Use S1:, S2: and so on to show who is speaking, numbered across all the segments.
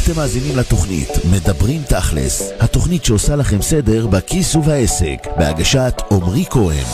S1: אתם מאזינים לתוכנית מדברים תכלס, התוכנית שעושה לכם סדר בכיס ובעסק, בהגשת עומרי כהן.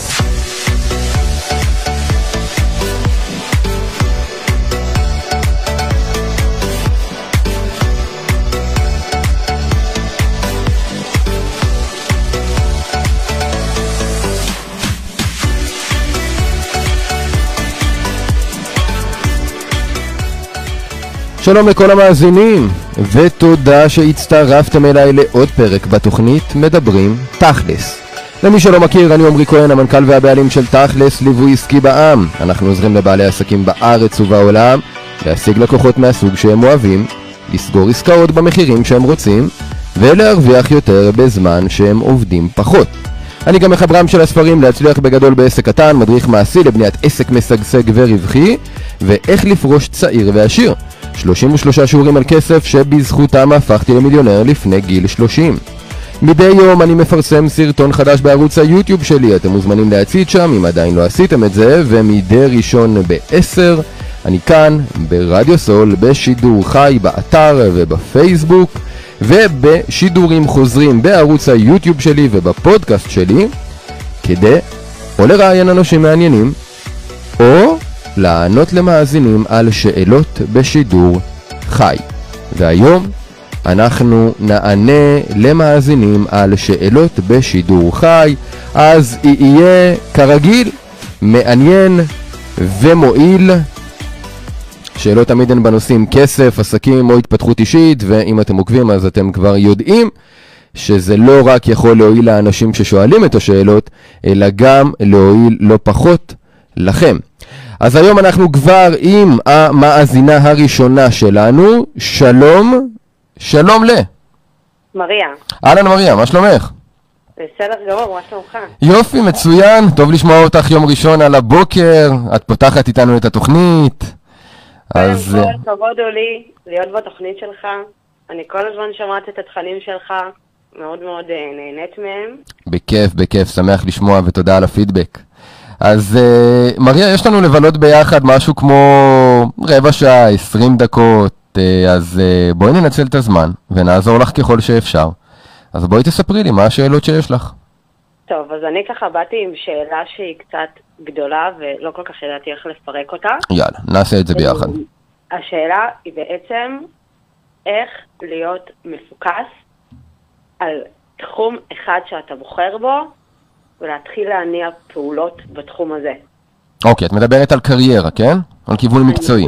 S2: שלום לכל המאזינים, ותודה שהצטרפתם אליי לעוד פרק בתוכנית מדברים תכלס. למי שלא מכיר, אני עומרי כהן, המנכ"ל והבעלים של תכלס ליווי עסקי בע"מ. אנחנו עוזרים לבעלי עסקים בארץ ובעולם להשיג לקוחות מהסוג שהם אוהבים, לסגור עסקאות במחירים שהם רוצים, ולהרוויח יותר בזמן שהם עובדים פחות. אני גם מחברם של הספרים להצליח בגדול בעסק קטן, מדריך מעשי לבניית עסק משגשג ורווחי, ואיך לפרוש צעיר ועשיר. 33 שיעורים על כסף שבזכותם הפכתי למיליונר לפני גיל 30. מדי יום אני מפרסם סרטון חדש בערוץ היוטיוב שלי, אתם מוזמנים להציץ שם אם עדיין לא עשיתם את זה, ומדי ראשון ב-10 אני כאן ברדיו סול בשידור חי באתר ובפייסבוק, ובשידורים חוזרים בערוץ היוטיוב שלי ובפודקאסט שלי, כדי או לראיין אנשים מעניינים או לענות למאזינים על שאלות בשידור חי. והיום אנחנו נענה למאזינים על שאלות בשידור חי, אז יהיה כרגיל מעניין ומועיל. שאלות תמיד הן בנושאים כסף, עסקים או התפתחות אישית, ואם אתם עוקבים אז אתם כבר יודעים שזה לא רק יכול להועיל לאנשים ששואלים את השאלות, אלא גם להועיל לא פחות לכם. אז היום אנחנו כבר עם המאזינה הראשונה שלנו. שלום, שלום
S3: מריה.
S2: אהלן מריה, מה שלומך?
S3: בסדר גמור, מה שלומך?
S2: יופי, מצוין, טוב לשמוע אותך יום ראשון על הבוקר, את פותחת איתנו את התוכנית.
S3: אז כל כבוד הוא לי להיות בתוכנית שלך, אני כל הזמן שמעת את התכנים שלך, מאוד מאוד נהנית מהם.
S2: בכיף, שמח לשמוע ותודה על הפידבק. אז מריה, יש לנו לבלות ביחד משהו כמו רבע שעה, 20 דקות, אז בואי ננצל את הזמן ונעזור לך ככל שאפשר. אז בואי תספרי לי מה השאלות שיש לך.
S3: טוב, אז אני ככה באתי עם שאלה שהיא קצת גדולה ולא כל כך ידעתי איך לפרק אותה.
S2: יאללה, נעשה את זה ביחד.
S3: השאלה היא בעצם איך להיות מפוקס על תחום אחד שאתה בוחר בו, ולהתחיל להניע פעולות בתחום הזה.
S2: אוקיי, את מדברת על קריירה, כן? על כיוון מקצועי.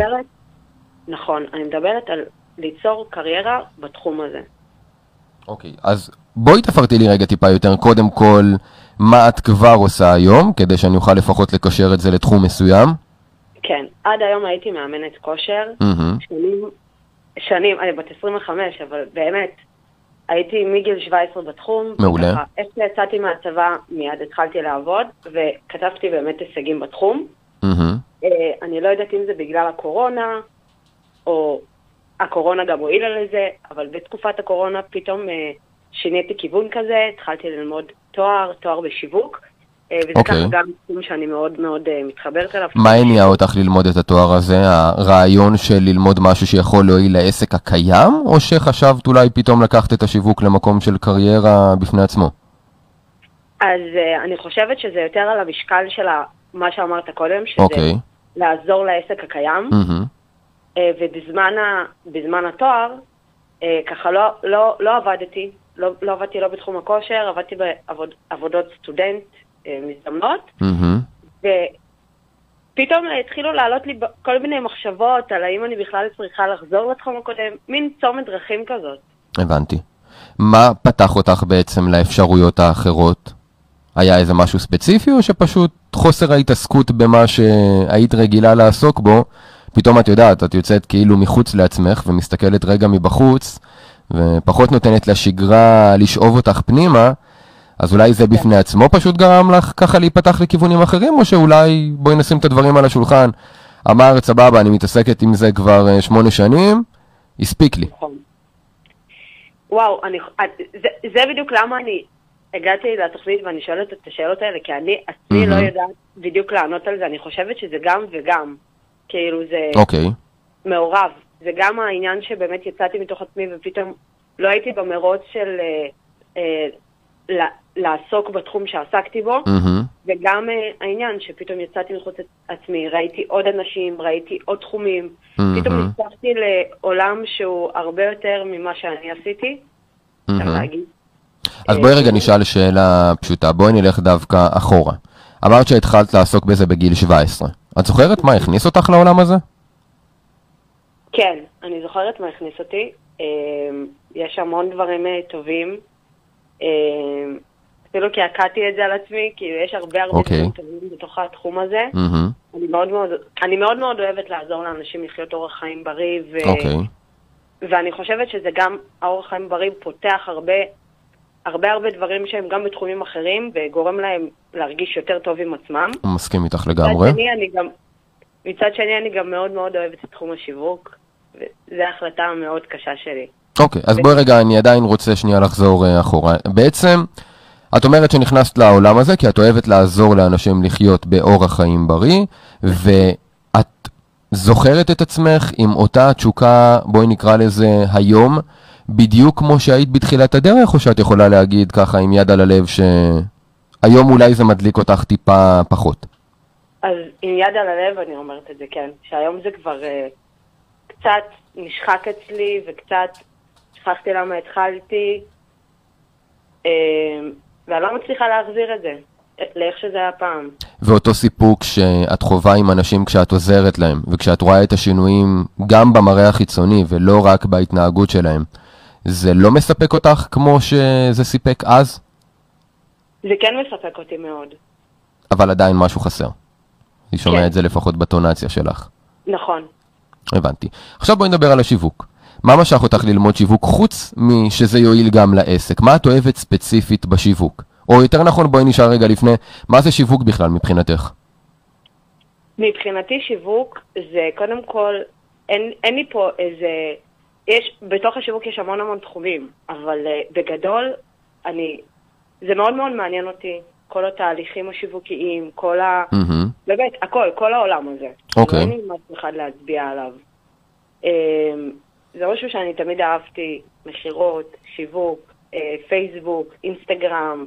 S3: נכון, אני מדברת על ליצור קריירה בתחום הזה.
S2: אוקיי, אז בואי תפרטי לי רגע טיפה יותר, קודם כל, מה את כבר עושה היום, כדי שאני אוכל לפחות לקשר את זה לתחום מסוים?
S3: כן, עד היום הייתי מאמנת כושר, שנים, אני בת 25, אבל באמת, הייתי מגיל 17 בתחום.
S2: מעולה.
S3: איך שיצאתי מהצבא, מיד התחלתי לעבוד, וכתבתי באמת הישגים בתחום. אני לא יודעת אם זה בגלל הקורונה, או הקורונה גם הועילה לזה, אבל בתקופת הקורונה פתאום שיניתי כיוון כזה, התחלתי ללמוד תואר בשיווק, וזה ככה גם תחום שאני מאוד מאוד מתחברת אליו.
S2: מה הניע אותך ללמוד את התואר הזה? הרעיון של ללמוד משהו שיכול להועיל לעסק הקיים, או שחשבת אולי פתאום לקחת את השיווק למקום של קריירה בפני עצמו? אז
S3: אני חושבת שזה יותר על המשקל של מה שאמרת קודם, שזה לעזור לעסק הקיים, ובזמן התואר, ככה לא עבדתי, לא עבדתי לא בתחום הכושר, עבדתי בעבודות סטודנט מזדמנות, ופתאום התחילו לעלות לי כל מיני מחשבות על האם אני בכלל צריכה לחזור לתחום הקודם, מין צומת דרכים כזאת.
S2: הבנתי. מה פתח אותך בעצם לאפשרויות האחרות? היה איזה משהו ספציפי, או שפשוט חוסר ההתעסקות במה שהיית רגילה לעסוק בו, פתאום את יודעת, את יוצאת כאילו מחוץ לעצמך ומסתכלת רגע מבחוץ, ופחות נותנת לשגרה לשאוב אותך פנימה, אז אולי זה בפני עצמו פשוט גרם לך ככה להיפתח לכיוונים אחרים, או שאולי בואי נשים את הדברים על השולחן, אמרת סבבה, אני מתעסקת עם זה כבר 8 שנים, הספיק לי.
S3: וואו, זה בדיוק למה אני הגעתי לתוכנית ואני שואלת את השאלות האלה, כי אני עצמי לא יודעת בדיוק לענות על זה, אני חושבת שזה גם וגם, כאילו זה מעורב, זה גם העניין שבאמת יצאתי מתוך עצמי ופתאום לא הייתי במרוץ של לעסוק בתחום שעסקתי בו, וגם העניין שפתאום יצאתי מחוץ עצמי, ראיתי עוד אנשים, ראיתי עוד תחומים, פתאום נחשפתי לעולם שהוא הרבה יותר ממה שאני עשיתי, אפשר להגיד.
S2: אז בואי רגע נשאל שאלה פשוטה, בואי נלך דווקא אחורה. אמרת שהתחלת לעסוק בזה בגיל 17. את זוכרת מה הכניס אותך לעולם הזה?
S3: כן, אני זוכרת מה הכניס אותי. יש המון דברים טובים. אפילו כי עקדתי את זה על עצמי, כי יש הרבה דברים טובים בתוך התחום הזה. אני מאוד מאוד אוהבת לעזור לאנשים לחיות אורח חיים בריא, ואני חושבת שזה גם, האורח חיים בריא פותח הרבה דברים שהם גם בתחומים אחרים, וגורם להם להרגיש יותר טוב עם עצמם.
S2: מסכים איתך לגמרי.
S3: מצד שני אני גם מאוד מאוד אוהבת את תחום השיווק, וזו החלטה מאוד קשה שלי.
S2: אוקיי, אז בואי רגע, אני עדיין רוצה שנייה לחזור אחורה. בעצם, את אומרת שנכנסת לעולם הזה, כי את אוהבת לעזור לאנשים לחיות באורח חיים בריא, ואת זוכרת את עצמך עם אותה תשוקה, בואי נקרא לזה היום, בדיוק כמו שהיית בתחילת הדרך, או שאת יכולה להגיד ככה עם יד על הלב שהיום אולי זה מדליק אותך טיפה פחות?
S3: אז עם יד על הלב אני אומרת את זה, כן. שהיום זה כבר קצת נשחק אצלי, וקצת שכחתי למה התחלתי, ואני לא מצליחה להחזיר את זה, לאיך שזה היה פעם.
S2: ואותו סיפוק שאת חובה עם אנשים כשאת עוזרת להם, וכשאת רואה את השינויים גם במראה החיצוני, ולא רק בהתנהגות שלהם, זה לא מספק אותך כמו שזה סיפק אז?
S3: זה כן מספק אותי מאוד.
S2: אבל עדיין משהו חסר. אני שומע את זה לפחות בטונציה שלך.
S3: נכון.
S2: הבנתי. עכשיו בואי נדבר על השיווק. מה משך אותך ללמוד שיווק חוץ משזה יועיל גם לעסק? מה את אוהבת ספציפית בשיווק? או יותר נכון, בואי נשאר רגע לפני, מה זה שיווק בכלל מבחינתך?
S3: מבחינתי שיווק זה קודם כל, אין לי פה איזה, בתוך השיווק יש המון תחומים, אבל בגדול, זה מאוד מאוד מעניין אותי, כל התהליכים השיווקיים, באמת, כל העולם הזה.
S2: אוקיי.
S3: אין לי משהו אחד להצביע עליו. זה משהו שאני תמיד אהבתי, מחירות, שיווק, פייסבוק, אינסטגרם,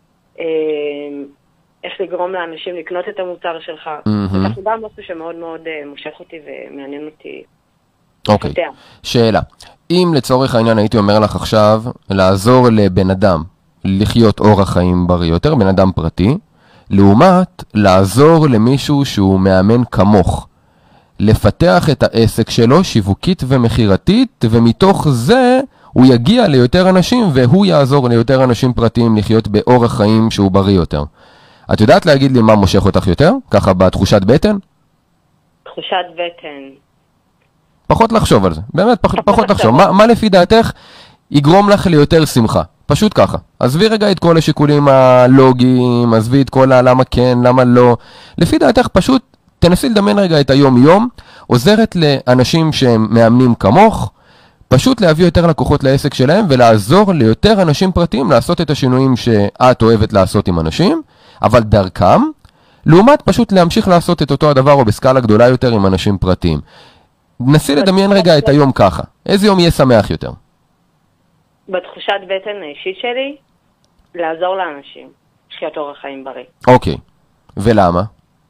S3: איך לגרום לאנשים לקנות את המוצר שלך. זה גם משהו שמאוד מאוד מושך אותי ומעניין אותי.
S2: אוקיי, שאלה. אם לצורך העניין הייתי אומר לך עכשיו, לעזור לבן אדם לחיות אורח חיים בריא יותר, בן אדם פרטי, לעומת לעזור למישהו שהוא מאמן כמוך, לפתח את העסק שלו שיווקית ומחירתית, ומתוך זה הוא יגיע ליותר אנשים, והוא יעזור ליותר אנשים פרטיים לחיות באורח חיים שהוא בריא יותר. את יודעת להגיד לי מה מושך אותך יותר? ככה בתחושת בטן?
S3: תחושת בטן.
S2: פחות לחשוב על זה. באמת, פחות לחשוב. מה לפי דעתך יגרום לך ליותר שמחה? פשוט ככה. עזבי רגע את כל השיקולים הלוגיים, עזבי את כל למה כן, למה לא. לפי דעתך פשוט תנסי לדמיין רגע את היום-יום, עוזרת לאנשים שהם מאמנים כמוך, פשוט להביא יותר לקוחות לעסק שלהם, ולעזור ליותר אנשים פרטיים לעשות את השינויים שאת אוהבת לעשות עם אנשים, אבל דרכם, לעומת פשוט להמשיך לעשות את אותו הדבר או בסקאלה גדולה יותר עם אנשים פרטיים. נסי לדמיין רגע את היום ככה. איזה יום יהיה שמח יותר?
S3: בתחושת בטן האישית שלי, לעזור לאנשים, לחיות אורח חיים בריא.
S2: אוקיי. ולמה?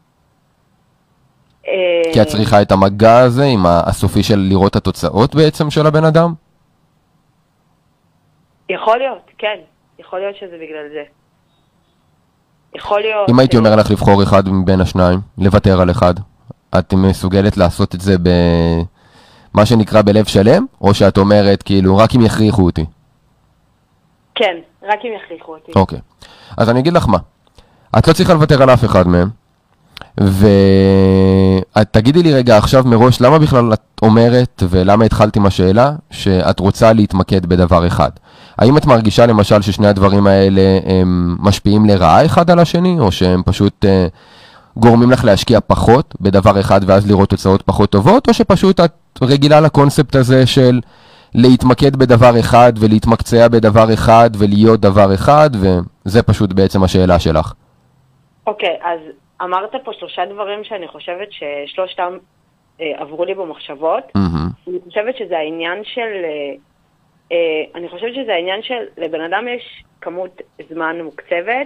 S2: כי את צריכה את המגע הזה עם הסופי של לראות התוצאות בעצם של הבן אדם?
S3: יכול להיות, כן. יכול להיות שזה בגלל זה. יכול להיות...
S2: אם הייתי אומר לך לבחור אחד מבין השניים, לוותר על אחד, את מסוגלת לעשות את זה במה שנקרא בלב שלם? או שאת אומרת כאילו רק אם יכריחו אותי?
S3: כן, רק אם יכריחו אותי.
S2: אוקיי. אז אני אגיד לך מה. את לא צריכה לוותר על אף אחד מהם. ואת תגידי לי רגע עכשיו מראש, למה בכלל את אומרת ולמה התחלת עם השאלה שאת רוצה להתמקד בדבר אחד? האם את מרגישה למשל ששני הדברים האלה הם משפיעים לרעה אחד על השני, או שהם פשוט גורמים לך להשקיע פחות בדבר אחד ואז לראות תוצאות פחות טובות, או שפשוט את רגילה לקונספט הזה של להתמקד בדבר אחד ולהתמקצע בדבר אחד ולהיות דבר אחד, וזה פשוט בעצם השאלה שלך.
S3: אוקיי, אז אמרת פה 3 דברים שאני חושבת ששלושתם עברו לי במחשבות. אני חושבת שזה העניין של לבן אדם יש כמות זמן מוקצבת,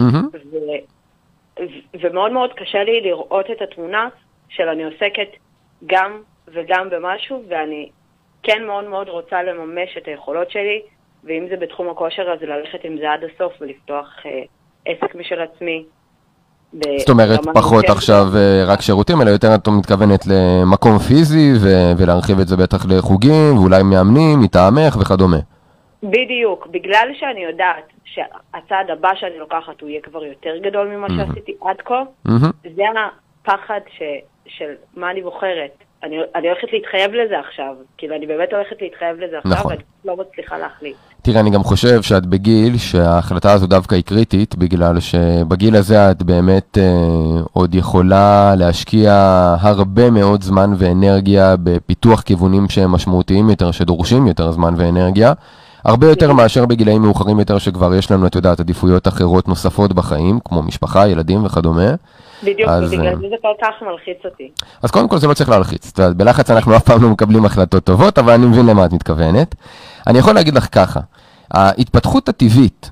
S3: ומאוד מאוד קשה לי לראות את התמונה של אני עוסקת גם וגם במשהו, ואני כן מאוד מאוד רוצה לממש את היכולות שלי, ואם זה בתחום הכושר, אז ללכת עם זה עד הסוף ולפתוח עסק משל עצמי.
S2: זאת אומרת, פחות עכשיו רק שירותים, אלא יותר את מתכוונת למקום פיזי, ולהרחיב את זה בטח לחוגים, ואולי מאמנים, מטעמך וכדומה.
S3: בדיוק, בגלל שאני יודעת שהצעד הבא שאני לוקחת הוא יהיה כבר יותר גדול ממה שעשיתי עד כה, זה הפחד של מה אני בוחרת. אני הולכת להתחייב לזה עכשיו, כאילו אני באמת הולכת להתחייב לזה עכשיו, ואני לא מצליחה להחליט.
S2: תראה, אני גם חושב שאת בגיל שההחלטה הזו דווקא היא קריטית, בגלל שבגיל הזה את באמת עוד יכולה להשקיע הרבה מאוד זמן ואנרגיה בפיתוח כיוונים שהם משמעותיים יותר, שדורשים יותר זמן ואנרגיה, הרבה יותר מאשר בגילאים מאוחרים יותר שכבר יש לנו, את יודעת, עדיפויות אחרות נוספות בחיים, כמו משפחה, ילדים וכדומה.
S3: בדיוק, ובגלל זה כל כך מלחיץ אותי. אז
S2: קודם כל זה לא צריך להלחיץ. בלחץ אנחנו אף פעם לא מקבלים החלטות טובות, אבל אני מבין למה את מתכוונת. אני יכול להגיד לך ככה, ההתפתחות הטבעית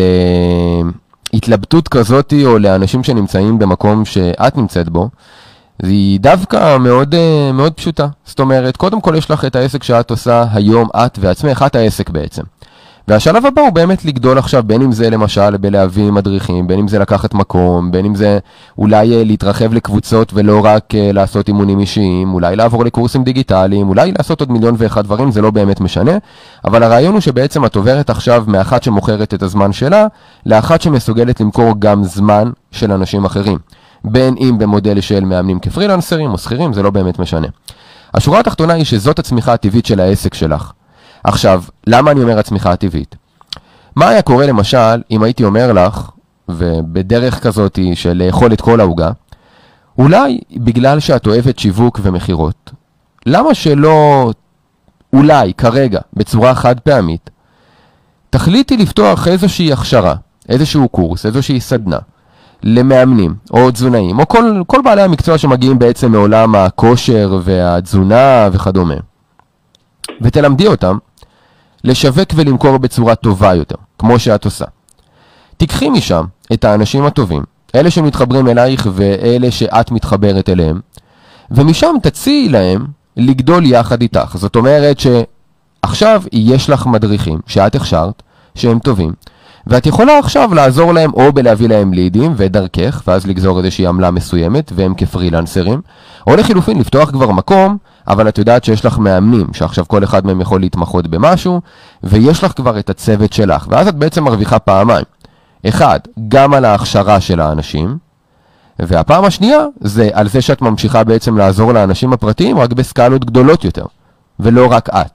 S2: להתלבטות כזאת, או לאנשים שנמצאים במקום שאת נמצאת בו, היא דווקא מאוד, מאוד פשוטה. זאת אומרת, קודם כל יש לך את העסק שאת עושה היום, את ועצמך, את העסק בעצם. והשלב הבא הוא באמת לגדול עכשיו, בין אם זה למשל בלהביא מדריכים, בין אם זה לקחת מקום, בין אם זה אולי להתרחב לקבוצות ולא רק לעשות אימונים אישיים, אולי לעבור לקורסים דיגיטליים, אולי לעשות עוד 1,001 דברים, זה לא באמת משנה. אבל הרעיון הוא שבעצם את עוברת עכשיו מאחת שמוכרת את הזמן שלה, לאחת שמסוגלת למכור גם זמן של אנשים אחרים. בין אם במודל של מאמנים כפרילנסרים או שכירים, זה לא באמת משנה. השורה התחתונה היא שזאת הצמיחה הטבעית של העסק שלך. עכשיו, למה אני אומר הצמיחה הטבעית? מה היה קורה למשל אם הייתי אומר לך, ובדרך כזאת של לאכול את כל ההוגה, אולי בגלל שאת אוהבת שיווק ומחירות, למה שלא, אולי כרגע, בצורה חד פעמית, תחליטי לפתוח איזושהי הכשרה, איזשהו קורס, איזושהי סדנה, למאמנים או תזונאים, או כל בעלי המקצוע שמגיעים בעצם מעולם הכושר והתזונה וכדומה. ותלמדי אותם לשווק ולמכור בצורה טובה יותר, כמו שאת עושה. תיקחי משם את האנשים הטובים, אלה שמתחברים אלייך ואלה שאת מתחברת אליהם, ומשם תציעי להם לגדול יחד איתך. זאת אומרת שעכשיו יש לך מדריכים שאת הכשרת, שהם טובים, ואת יכולה עכשיו לעזור להם או בלהביא להם לידים ודרכך, ואז לגזור איזושהי עמלה מסוימת, והם כפרילנסרים, או לחילופין לפתוח כבר מקום, אבל את יודעת שיש לך מאמנים, שעכשיו כל אחד מהם יכול להתמחות במשהו, ויש לך כבר את הצוות שלך, ואז את בעצם מרוויחה פעמיים. אחד, גם על ההכשרה של האנשים, והפעם השנייה זה על זה שאת ממשיכה בעצם לעזור לאנשים הפרטיים, רק בסקלות גדולות יותר, ולא רק את.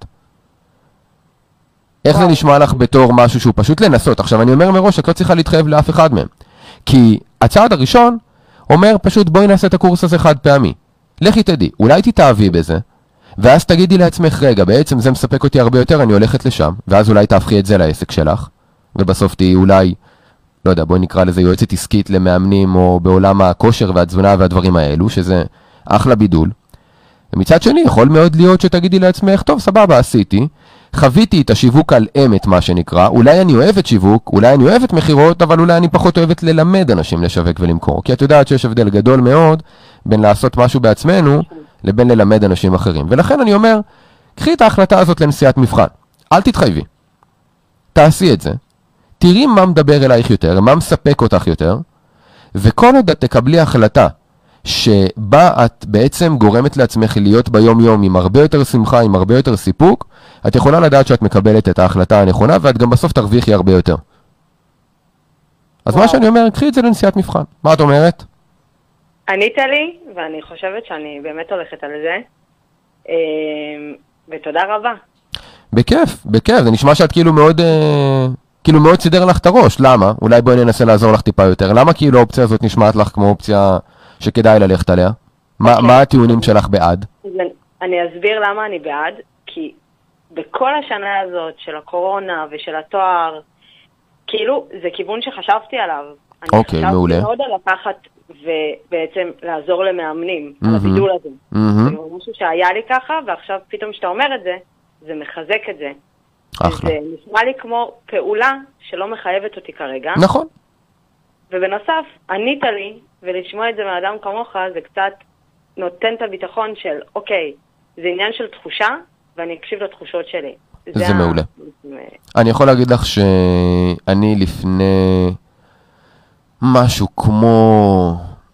S2: איך זה נשמע לך בתור משהו שהוא פשוט לנסות? עכשיו אני אומר מראש, את לא צריכה להתחייב לאף אחד מהם. כי הצעד הראשון אומר פשוט בואי נעשה את הקורס הזה חד פעמי. לכי תדעי, אולי תתאהבי בזה, ואז תגידי לעצמך רגע, בעצם זה מספק אותי הרבה יותר, אני הולכת לשם, ואז אולי תהפכי את זה לעסק שלך, ובסוף תהי אולי, לא יודע, בואי נקרא לזה יועצת עסקית למאמנים, או בעולם הכושר והתזונה והדברים האלו, שזה אחלה בידול. ומצד שני, יכול מאוד להיות שתגידי לעצמך, טוב, סבבה, עשיתי, חוויתי את השיווק על אמת, מה שנקרא, אולי אני אוהבת שיווק, אולי אני אוהבת מחירות, אבל אולי אני פחות אוהבת ללמד אנשים לשווק ולמכור. כי את יודעת שיש הבדל גדול מאוד בין לעשות משהו בעצמנו, לבין ללמד אנשים אחרים. ולכן אני אומר, קחי את ההחלטה הזאת לנסיעת מבחן. אל תתחייבי. תעשי את זה. תראי מה מדבר אלייך יותר, מה מספק אותך יותר, וכל עוד את תקבלי החלטה שבה את בעצם גורמת לעצמך להיות ביום יום עם הרבה יותר שמחה, עם הרבה יותר סיפוק, את יכולה לדעת שאת מקבלת את ההחלטה הנכונה, ואת גם בסוף תרוויחי הרבה יותר. אז מה שאני אומר, קחי את זה לנסיעת מבחן. מה את אומרת?
S3: ענית לי, ואני חושבת שאני באמת הולכת על זה. ותודה רבה.
S2: בכיף, בכיף. זה נשמע שאת כאילו מאוד סידר לך את הראש. למה? אולי בואי ננסה לעזור לך טיפה יותר. למה כאילו האופציה הזאת נשמעת לך כמו אופציה שכדאי ללכת עליה? מה הטיעונים שלך בעד?
S3: אני אסביר למה אני בעד, כי בכל השנה הזאת של הקורונה ושל התואר, כאילו זה כיוון שחשבתי עליו.
S2: אוקיי, מעולה.
S3: אני חשבתי מאוד על לקחת ובעצם לעזור למאמנים על הבידול הזה. זה משהו שהיה לי ככה, ועכשיו פתאום שאתה אומר את זה, זה מחזק את זה. אחלה. זה נשמע לי כמו פעולה שלא מחייבת אותי כרגע.
S2: נכון.
S3: ובנוסף, ענית לי, ולשמוע את זה מאדם כמוך, זה קצת נותן את הביטחון של, אוקיי, זה עניין של תחושה, ואני אקשיב לתחושות שלי.
S2: זה מעולה. אני יכול להגיד לך שאני לפני משהו כמו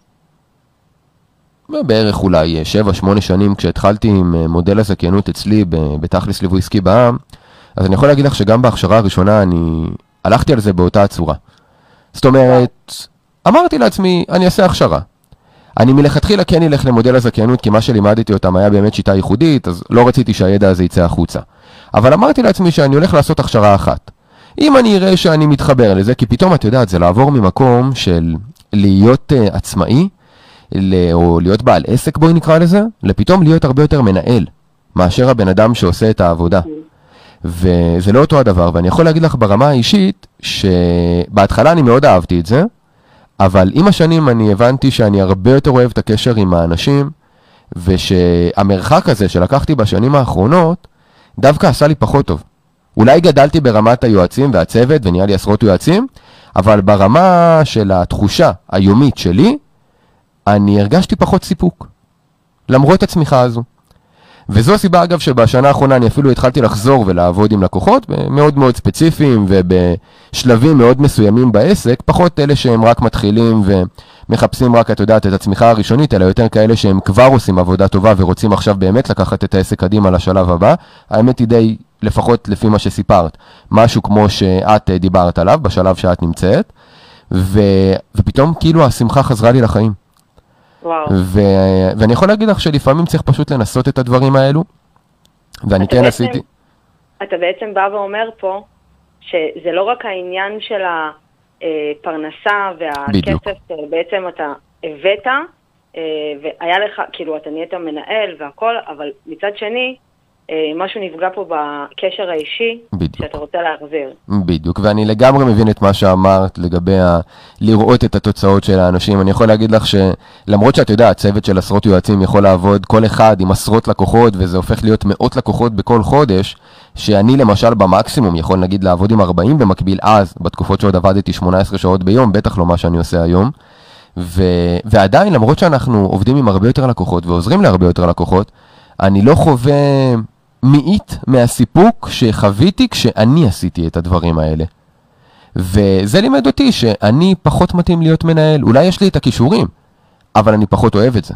S2: בערך אולי 7-8 שנים, כשהתחלתי עם מודל הזכיינות אצלי בתכלס ליווי עסקי בע"מ, אז אני יכול להגיד לך שגם בהכשרה הראשונה אני הלכתי על זה באותה הצורה. זאת אומרת, אמרתי לעצמי, אני אעשה הכשרה. אני מלכתחילה כן אלך למודל הזכיינות, כי מה שלימדתי אותם היה באמת שיטה ייחודית, אז לא רציתי שהידע הזה יצא החוצה. אבל אמרתי לעצמי שאני הולך לעשות הכשרה אחת. אם אני אראה שאני מתחבר לזה, כי פתאום את יודעת, זה לעבור ממקום של להיות עצמאי, או להיות בעל עסק, בואי נקרא לזה, לפתאום להיות הרבה יותר מנהל, מאשר הבן אדם שעושה את העבודה. וזה לא אותו הדבר, ואני יכול להגיד לך ברמה האישית, שבהתחלה אני מאוד אהבתי את זה, אבל עם השנים אני הבנתי שאני הרבה יותר אוהב את הקשר עם האנשים, ושהמרחק הזה שלקחתי בשנים האחרונות, דווקא עשה לי פחות טוב. אולי גדלתי ברמת היועצים והצוות, ונהיה לי עשרות יועצים, אבל ברמה של התחושה היומית שלי, אני הרגשתי פחות סיפוק, למרות הצמיחה הזו. וזו הסיבה אגב שבשנה האחרונה אני אפילו התחלתי לחזור ולעבוד עם לקוחות, מאוד מאוד ספציפיים ובשלבים מאוד מסוימים בעסק, פחות אלה שהם רק מתחילים ומחפשים רק, את יודעת, את הצמיחה הראשונית, אלא יותר כאלה שהם כבר עושים עבודה טובה ורוצים עכשיו באמת לקחת את העסק קדימה לשלב הבא. האמת היא די, לפחות לפי מה שסיפרת, משהו כמו שאת דיברת עליו בשלב שאת נמצאת, ופתאום כאילו השמחה חזרה לי לחיים. ואני יכול להגיד לך שלפעמים צריך פשוט לנסות את הדברים האלו, ואני כן עשיתי.
S3: אתה בעצם בא ואומר פה, שזה לא רק העניין של הפרנסה והכסף, בעצם אתה הבאת, והיה לך, כאילו אתה נהיית מנהל והכל, אבל מצד שני, משהו נפגע פה בקשר האישי, בדיוק. שאתה רוצה להחזיר.
S2: בדיוק, ואני לגמרי מבין את מה שאמרת לגבי לראות את התוצאות של האנשים. אני יכול להגיד לך שלמרות שאת יודעת, צוות של עשרות יועצים יכול לעבוד כל אחד עם עשרות לקוחות, וזה הופך להיות מאות לקוחות בכל חודש, שאני למשל במקסימום יכול נגיד לעבוד עם 40 במקביל אז, בתקופות שעוד עבדתי 18 שעות ביום, בטח לא מה שאני עושה היום. ועדיין, למרות שאנחנו עובדים עם הרבה יותר לקוחות ועוזרים להרבה יותר לקוחות, אני לא חווה מאית מהסיפוק שחוויתי כשאני עשיתי את הדברים האלה. וזה לימד אותי שאני פחות מתאים להיות מנהל. אולי יש לי את הכישורים, אבל אני פחות אוהב את זה.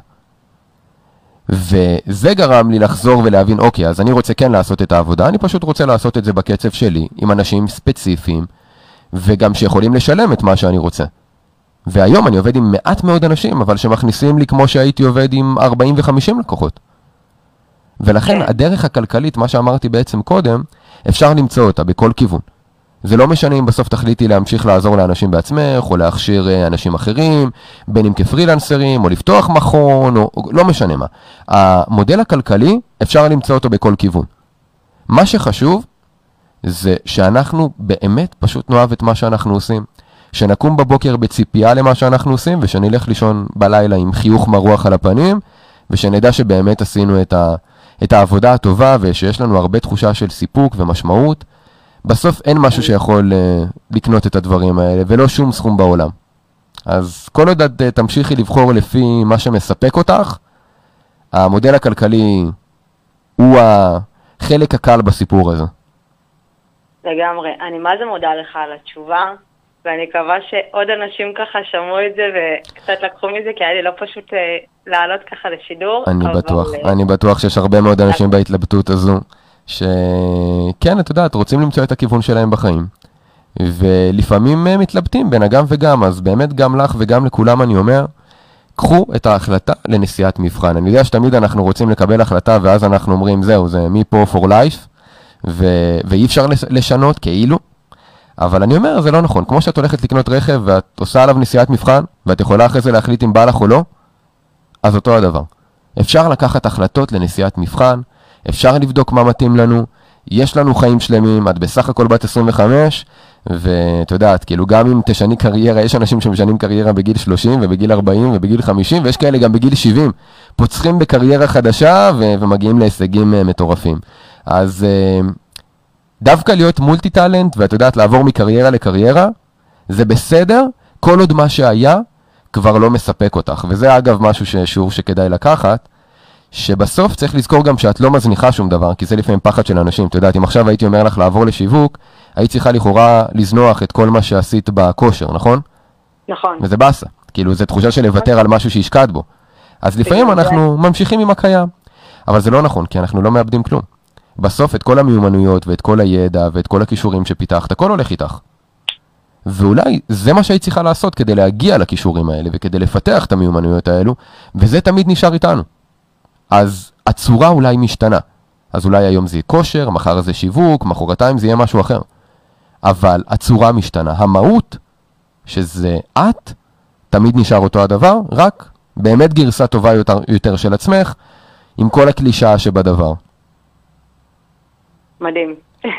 S2: וזה גרם לי לחזור ולהבין, אוקיי, אז אני רוצה כן לעשות את העבודה, אני פשוט רוצה לעשות את זה בקצב שלי, עם אנשים ספציפיים, וגם שיכולים לשלם את מה שאני רוצה. והיום אני עובד עם מעט מאוד אנשים, אבל שמכניסים לי כמו שהייתי עובד עם 40 ו-50 לקוחות. ולכן הדרך הכלכלית, מה שאמרתי בעצם קודם, אפשר למצוא אותה בכל כיוון. זה לא משנה אם בסוף תחליטי להמשיך לעזור לאנשים בעצמך, או להכשיר אנשים אחרים, בין אם כפרילנסרים, או לפתוח מכון, או לא משנה מה. המודל הכלכלי, אפשר למצוא אותו בכל כיוון. מה שחשוב, זה שאנחנו באמת פשוט נאהב את מה שאנחנו עושים. שנקום בבוקר בציפייה למה שאנחנו עושים, ושנלך לישון בלילה עם חיוך מרוח על הפנים, ושנדע שבאמת עשינו את העבודה הטובה, ושיש לנו הרבה תחושה של סיפוק ומשמעות. בסוף אין משהו שיכול לקנות את הדברים האלה, ולא שום סכום בעולם. אז כל עוד תמשיכי לבחור לפי מה שמספק אותך, המודל הכלכלי הוא החלק הקל בסיפור הזה.
S3: לגמרי. אני מה זה מודה לך על התשובה, ואני מקווה שעוד אנשים ככה שמעו את זה וקצת לקחו מזה, כי היה לי לא פשוט לעלות ככה לשידור.
S2: אני בטוח שיש הרבה מאוד אנשים בהתלבטות הזו, שכן, את יודעת, רוצים למצוא את הכיוון שלהם בחיים, ולפעמים מתלבטים בין הגם וגם, אז באמת גם לך וגם לכולם אני אומר, קחו את ההחלטה לנסיעת מבחן. אני יודע שתמיד אנחנו רוצים לקבל החלטה, ואז אנחנו אומרים, זהו, זה מפה for life, ואי אפשר לשנות כאילו, אבל אני אומר, זה לא נכון. כמו שאת הולכת לקנות רכב, ואת עושה עליו נסיעת מבחן, ואת יכולה אחרי זה להחליט אם בא לך או לא, אז אותו הדבר. אפשר לקחת החלטות לנסיעת מבחן, אפשר לבדוק מה מתאים לנו, יש לנו חיים שלמים, את בסך הכל בת 25, ואת יודעת, כאילו גם אם תשני קריירה, יש אנשים שמשנים קריירה בגיל 30 ובגיל 40 ובגיל 50, ויש כאלה גם בגיל 70, פוצחים בקריירה חדשה ומגיעים להישגים מטורפים. אז דווקא להיות מולטי טלנט, ואת יודעת, לעבור מקריירה לקריירה, זה בסדר, כל עוד מה שהיה כבר לא מספק אותך. וזה אגב משהו שיעור שכדאי לקחת, שבסוף צריך לזכור גם שאת לא מזניחה שום דבר, כי זה לפעמים פחד של אנשים. את יודעת, אם עכשיו הייתי אומר לך לעבור לשיווק, היית צריכה לכאורה לזנוח את כל מה שעשית בכושר, נכון?
S3: נכון.
S2: וזה בסה. כאילו, זו תחושה של לוותר על משהו שהשקעת בו. אז לפעמים אנחנו ממשיכים עם הקיים. אבל זה לא נכון, כי אנחנו לא מאבדים כלום. בסוף את כל המיומנויות ואת כל הידע ואת כל הכישורים שפיתחת, הכל הולך איתך. ואולי זה מה שהיית צריכה לעשות כדי להגיע לכישורים האלה וכדי לפתח את המיומנויות האלו, וזה תמיד נשאר איתנו. אז הצורה אולי משתנה. אז אולי היום זה יהיה כושר, מחר זה שיווק, מחרתיים זה יהיה משהו אחר. אבל הצורה משתנה. המהות, שזה את, תמיד נשאר אותו הדבר, רק באמת גרסה טובה יותר של עצמך, עם כל הקלישה שבדבר.
S3: מדהים.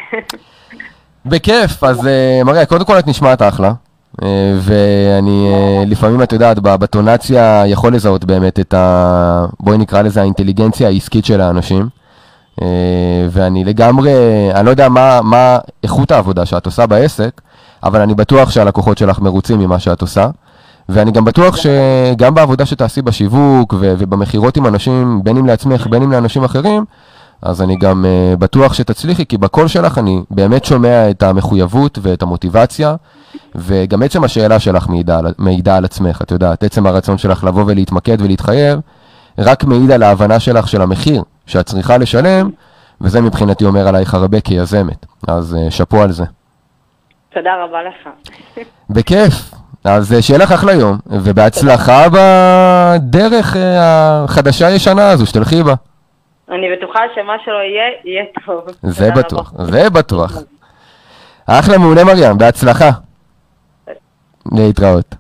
S2: בכיף, אז מריה, קודם כל את נשמעת אחלה, ואני לפעמים, את יודעת, בטונציה יכול לזהות באמת את בואי נקרא לזה האינטליגנציה העסקית של האנשים, ואני לגמרי, אני לא יודע מה איכות העבודה שאת עושה בעסק, אבל אני בטוח שהלקוחות שלך מרוצים ממה שאת עושה, ואני גם בטוח שגם בעבודה שתעשי בשיווק ובמחירות עם אנשים, בין אם לעצמך, בין אם לאנשים אחרים, אז אני גם בטוח שתצליחי, כי בקול שלך אני באמת שומע את המחויבות ואת המוטיבציה, וגם עצם השאלה שלך מעידה על עצמך, את יודעת, עצם הרצון שלך לבוא ולהתמקד ולהתחייב, רק מעיד על ההבנה שלך של המחיר שאת צריכה לשלם, וזה מבחינתי אומר עלייך הרבה כיזמת. אז שפו על זה.
S3: תודה רבה לך.
S2: בכיף. אז שיהיה לך אחלה יום, ובהצלחה בדרך החדשה ישנה הזו שתלכי בה.
S3: אני בטוחה שמה שלא יהיה טוב.
S2: זה בטוח, זה בטוח. אחלה, מעולה מרים, בהצלחה. להתראות.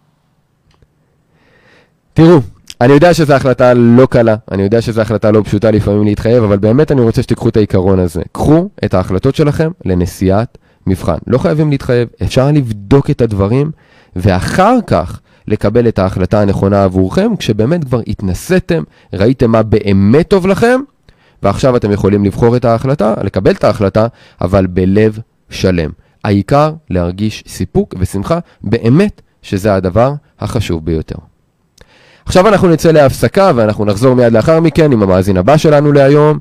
S2: תראו, אני יודע שזו החלטה לא קלה, אני יודע שזו החלטה לא פשוטה לפעמים להתחייב, אבל באמת אני רוצה שתיקחו את העיקרון הזה. קחו את ההחלטות שלכם לנסיעת מבחן. לא חייבים להתחייב, אפשר לבדוק את הדברים, ואחר כך לקבל את ההחלטה הנכונה עבורכם, כשבאמת כבר התנסיתם, ראיתם מה באמת טוב לכם, ועכשיו אתם יכולים לבחור את ההחלטה, לקבל את ההחלטה, אבל בלב שלם. העיקר להרגיש סיפוק ושמחה, באמת שזה הדבר החשוב ביותר. עכשיו אנחנו נצא להפסקה, ואנחנו נחזור מיד לאחר מכן עם המאזין הבא שלנו להיום.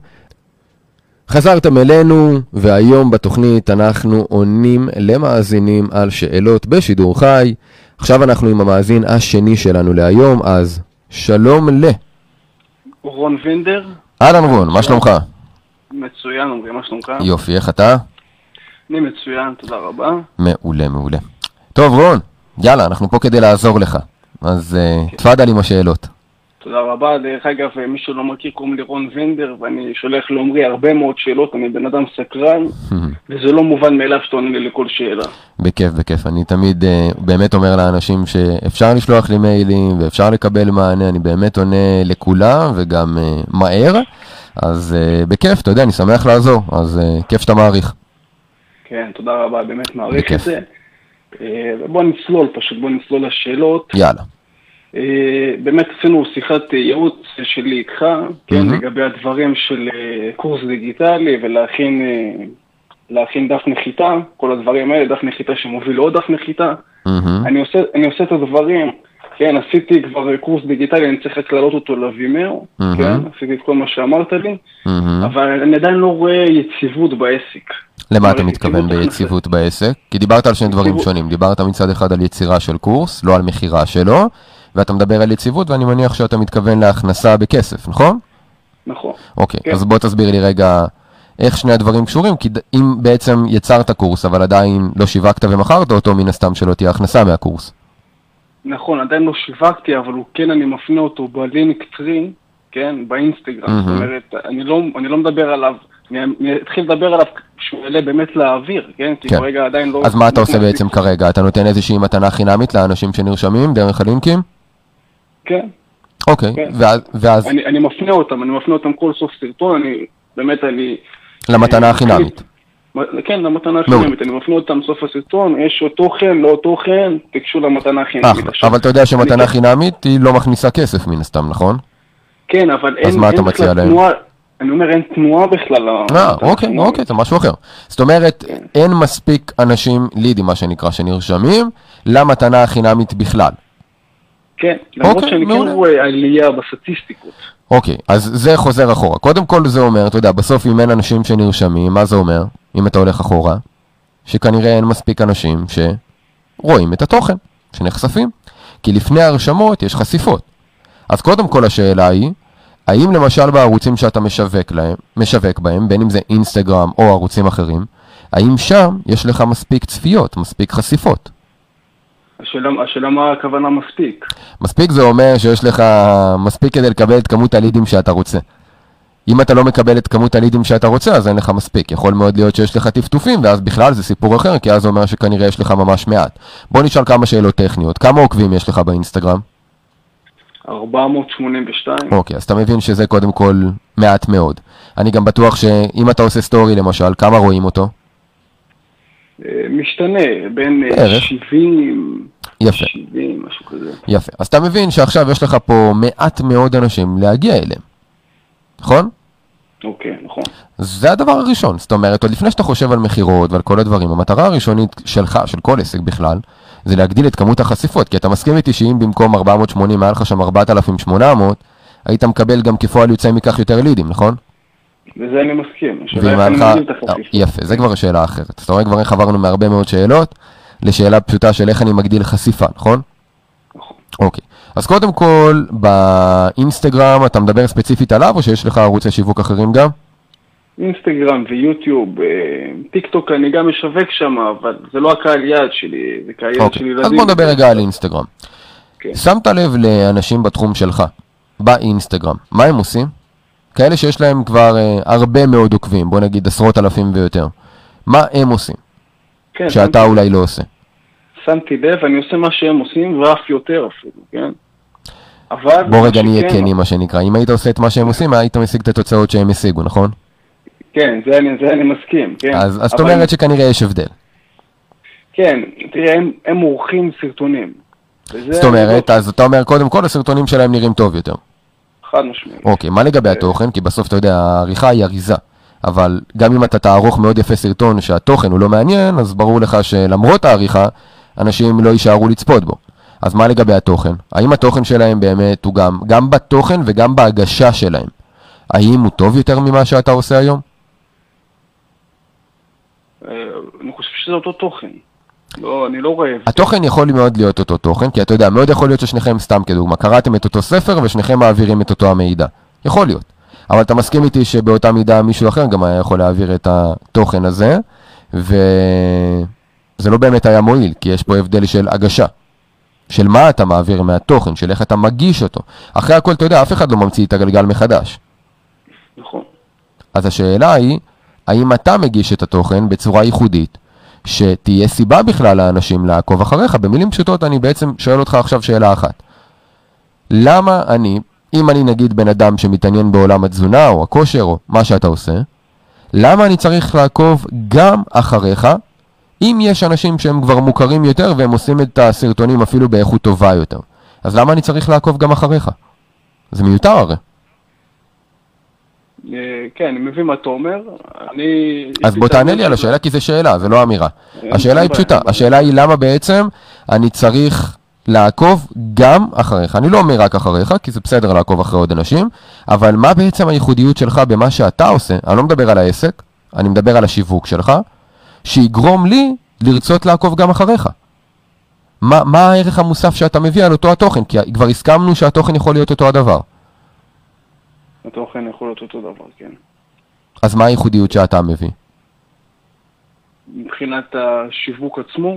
S2: חזרתם אלינו, והיום בתוכנית אנחנו עונים למאזינים על שאלות בשידור חי. עכשיו אנחנו עם המאזין השני שלנו להיום, אז שלום
S4: רון וינדר.
S2: אהלן רון, מה שלומך?
S4: מצוין, אומרים, מה שלומך?
S2: יופי, איך אתה?
S4: אני מצוין, תודה רבה.
S2: מעולה, מעולה. טוב רון, יאללה, אנחנו פה כדי לעזור לך. אז תפאדל עם השאלות.
S4: תודה רבה. דרך אגב, מי שלא מכיר, קוראים לי רון וינדר, ואני שולח לעומרי הרבה מאוד שאלות, אני בן אדם סקרן, וזה לא מובן מאליו שאתה עונה לי לכל שאלה.
S2: בכיף, בכיף. אני תמיד באמת אומר לאנשים שאפשר לשלוח לי מיילים, ואפשר לקבל מענה, אני באמת עונה לכולם, וגם מהר, אז בכיף, אתה יודע, אני שמח לעזור, אז כיף שאתה מעריך.
S4: כן, תודה רבה, באמת מעריך את זה. בוא נצלול פשוט, בוא נצלול לשאלות.
S2: יאללה.
S4: באמת עשינו שיחת ייעוץ שלי איתך, כן, לגבי הדברים של קורס דיגיטלי ולהכין דף נחיתה, כל הדברים האלה, דף נחיתה שמוביל לעוד דף נחיתה. אני עושה את הדברים, כן, עשיתי כבר קורס דיגיטלי, אני צריך רק להעלות אותו לווימאו, כן, עשיתי את כל מה שאמרת לי, אבל אני עדיין לא רואה יציבות בעסק.
S2: למה אתה מתכוון ביציבות בעסק? כי דיברת על שני דברים שונים, דיברת מצד אחד על יצירה של קורס, לא על מחירה שלו, ואתה מדבר על יציבות, ואני מניח שאתה מתכוון להכנסה בכסף, נכון?
S4: נכון.
S2: אוקיי, אז בוא תסביר לי רגע איך שני הדברים קשורים, כי אם בעצם יצרת קורס, אבל עדיין לא שיווקת ומכרת אותו, מן הסתם שלא תהיה הכנסה מהקורס.
S4: נכון, עדיין לא שיווקתי, אבל כן אני מפנה אותו בלינק טרי, כן, באינסטגרם, זאת אומרת, אני לא מדבר עליו, אני אתחיל לדבר עליו כשהוא יעלה באמת לאוויר, כן? כי כרגע עדיין לא...
S2: אז מה אתה עושה בעצם כרגע? אתה נותן איזושהי מתנה חינמית לאנשים שנרשמים דרך הלינקים?
S4: כן.
S2: אוקיי, ואז...
S4: אני מפנה אותם כל סוף סרטון, באמת אני
S2: למתנה החינמית.
S4: כן, למתנה החינמית, אני מפנה אותם סוף הסרטון, יש או תוכן, לא תוכן, תקשו למתנה החינמית.
S2: אבל אתה יודע שמתנה חינמית היא לא מכניסה כסף מן הסתם, נכון?
S4: כן, אבל
S2: אז מה אתה מציע להם?
S4: אני אומר, אין תנועה בכלל.
S2: אוקיי, זה משהו אחר. זאת אומרת, אין מספיק אנשים לידים, מה שנקרא, שנרשמים, למתנה החינמית בכלל.
S4: כן, למרות שאני כן רואה עלייה בסטטיסטיקות.
S2: אוקיי, אז זה חוזר אחורה. קודם כל זה אומר, אתה יודע, בסוף אם אין אנשים שנרשמים, מה זה אומר? אם אתה הולך אחורה, שכנראה אין מספיק אנשים שרואים את התוכן, שנחשפים. כי לפני הרשמות יש חשיפות. אז קודם כל השאלה היא, האם למשל בערוצים שאתה משווק בהם, בין אם זה אינסטגרם או ערוצים אחרים, האם שם יש לך מספיק צפיות, מספיק חשיפות?
S4: השאלה מה הכוונה מספיק?
S2: מספיק זה אומר שיש לך מספיק כדי לקבל את כמות הלידים שאתה רוצה. אם אתה לא מקבל את כמות הלידים שאתה רוצה, אז אין לך מספיק. יכול מאוד להיות שיש לך טפטופים, ואז בכלל זה סיפור אחר, כי אז זה אומר שכנראה יש לך ממש מעט. בוא נשאל כמה שאלות טכניות. כמה עוקבים יש לך באינסטגרם?
S4: 482.
S2: אוקיי, אז אתה מבין שזה קודם כל מעט מאוד. אני גם בטוח שאם אתה עושה סטורי למשל, כמה רואים אותו?
S4: משתנה, בין 70,
S2: יפה.
S4: 70, משהו כזה.
S2: יפה, אז אתה מבין שעכשיו יש לך פה מעט מאוד אנשים להגיע אליהם, נכון?
S4: אוקיי, נכון.
S2: זה הדבר הראשון, זאת אומרת, עוד לפני שאתה חושב על מחירות ועל כל הדברים, המטרה הראשונית שלך, של כל עסק בכלל, זה להגדיל את כמות החשיפות, כי אתה מסכים איתי שאם במקום 480 היה לך שם 4,800, היית מקבל גם כפועל יוצא מכך יותר לידים, נכון?
S4: וזה אני מסכים.
S2: יפה, זה כבר שאלה אחרת. זאת אומרת, כבר איך עברנו מהרבה מאוד שאלות, לשאלה פשוטה של איך אני מגדיל חשיפה, נכון?
S4: נכון.
S2: אוקיי. אז קודם כל, באינסטגרם אתה מדבר ספציפית עליו, או שיש לך ערוצי שיווק אחרים גם?
S4: אינסטגרם ויוטיוב, טיק טוק אני גם משווק שם, אבל זה לא הקהל יעד שלי, זה קהל יעד של ילדים.
S2: אז בוא נדבר רגע על אינסטגרם. שמת לב לאנשים בתחום שלך, באינסטגרם, מה הם עושים? כאלה שיש להם כבר הרבה מאוד עוקבים, בוא נגיד עשרות אלפים ויותר. מה הם עושים?
S4: כן,
S2: שאתה אולי לא עושה.
S4: שמתי לב, אני עושה מה שהם עושים, ואף יותר אפילו, כן? אבל...
S2: בוא רגע נהיה כנים מה שנקרא. אם היית עושה את מה שהם עושים, היית משיג את התוצאות שהם השיגו, נכון?
S4: כן, זה אני מסכים, כן.
S2: אז זאת אומרת שכנראה יש הבדל.
S4: כן, תראה, הם עורכים סרטונים.
S2: זאת אומרת, אז אתה אומר, קודם כל הסרטונים שלהם נראים טוב יותר.
S4: חד משמעית.
S2: אוקיי, מה לגבי התוכן? כי בסוף אתה יודע, העריכה היא אריזה. אבל גם אם אתה תערוך מאוד יפה סרטון שהתוכן הוא לא מעניין, אז ברור לך שלמרות העריכה, אנשים לא יישארו לצפות בו. אז מה לגבי התוכן? האם התוכן שלהם באמת הוא גם בתוכן וגם בהגשה שלהם? האם הוא טוב יותר ממה שאתה עושה היום?
S4: אני חושב שזה אותו תוכן. לא, אני לא רואה.
S2: התוכן יכול מאוד להיות אותו תוכן, כי אתה יודע, מאוד יכול להיות ששניכם סתם כדוגמה, קראתם את אותו ספר ושניכם מעבירים את אותו המידע. יכול להיות. אבל אתה מסכים איתי שבאותה מידה מישהו אחר גם היה יכול להעביר את התוכן הזה, וזה לא באמת היה מועיל, כי יש פה הבדל של הגשה. של מה אתה מעביר מהתוכן, של איך אתה מגיש אותו. אחרי הכל, אתה יודע, אף אחד לא ממציא את הגלגל מחדש.
S4: נכון.
S2: אז השאלה היא, האם אתה מגיש את התוכן בצורה ייחודית, שתהיה סיבה בכלל לאנשים לעקוב אחריך? במילים פשוטות אני בעצם שואל אותך עכשיו שאלה אחת. למה אם אני נגיד בן אדם שמתעניין בעולם התזונה או הכושר או מה שאתה עושה, למה אני צריך לעקוב גם אחריך, אם יש אנשים שהם כבר מוכרים יותר והם עושים את הסרטונים אפילו באיכות טובה יותר? אז למה אני צריך לעקוב גם אחריך? זה מיותר הרי.
S4: כן, אני מבין מה אתה אומר.
S2: אז בוא תענה לי על השאלה, כי זו שאלה, זה לא אמירה. השאלה היא פשוטה. השאלה היא למה בעצם אני צריך לעקוב גם אחריך. אני לא אומר רק אחריך, כי זה בסדר לעקוב אחרי עוד אנשים, אבל מה בעצם הייחודיות שלך במה שאתה עושה? אני לא מדבר על העסק, אני מדבר על השיווק שלך, שיגרום לי לרצות לעקוב גם אחריך. מה הערך המוסף שאתה מביא על אותו התוכן? כי כבר הסכמנו שהתוכן יכול להיות אותו הדבר.
S4: התוכן יכול להיות אותו דבר, כן.
S2: אז מה הייחודיות שאתה מביא?
S4: מבחינת השיווק עצמו,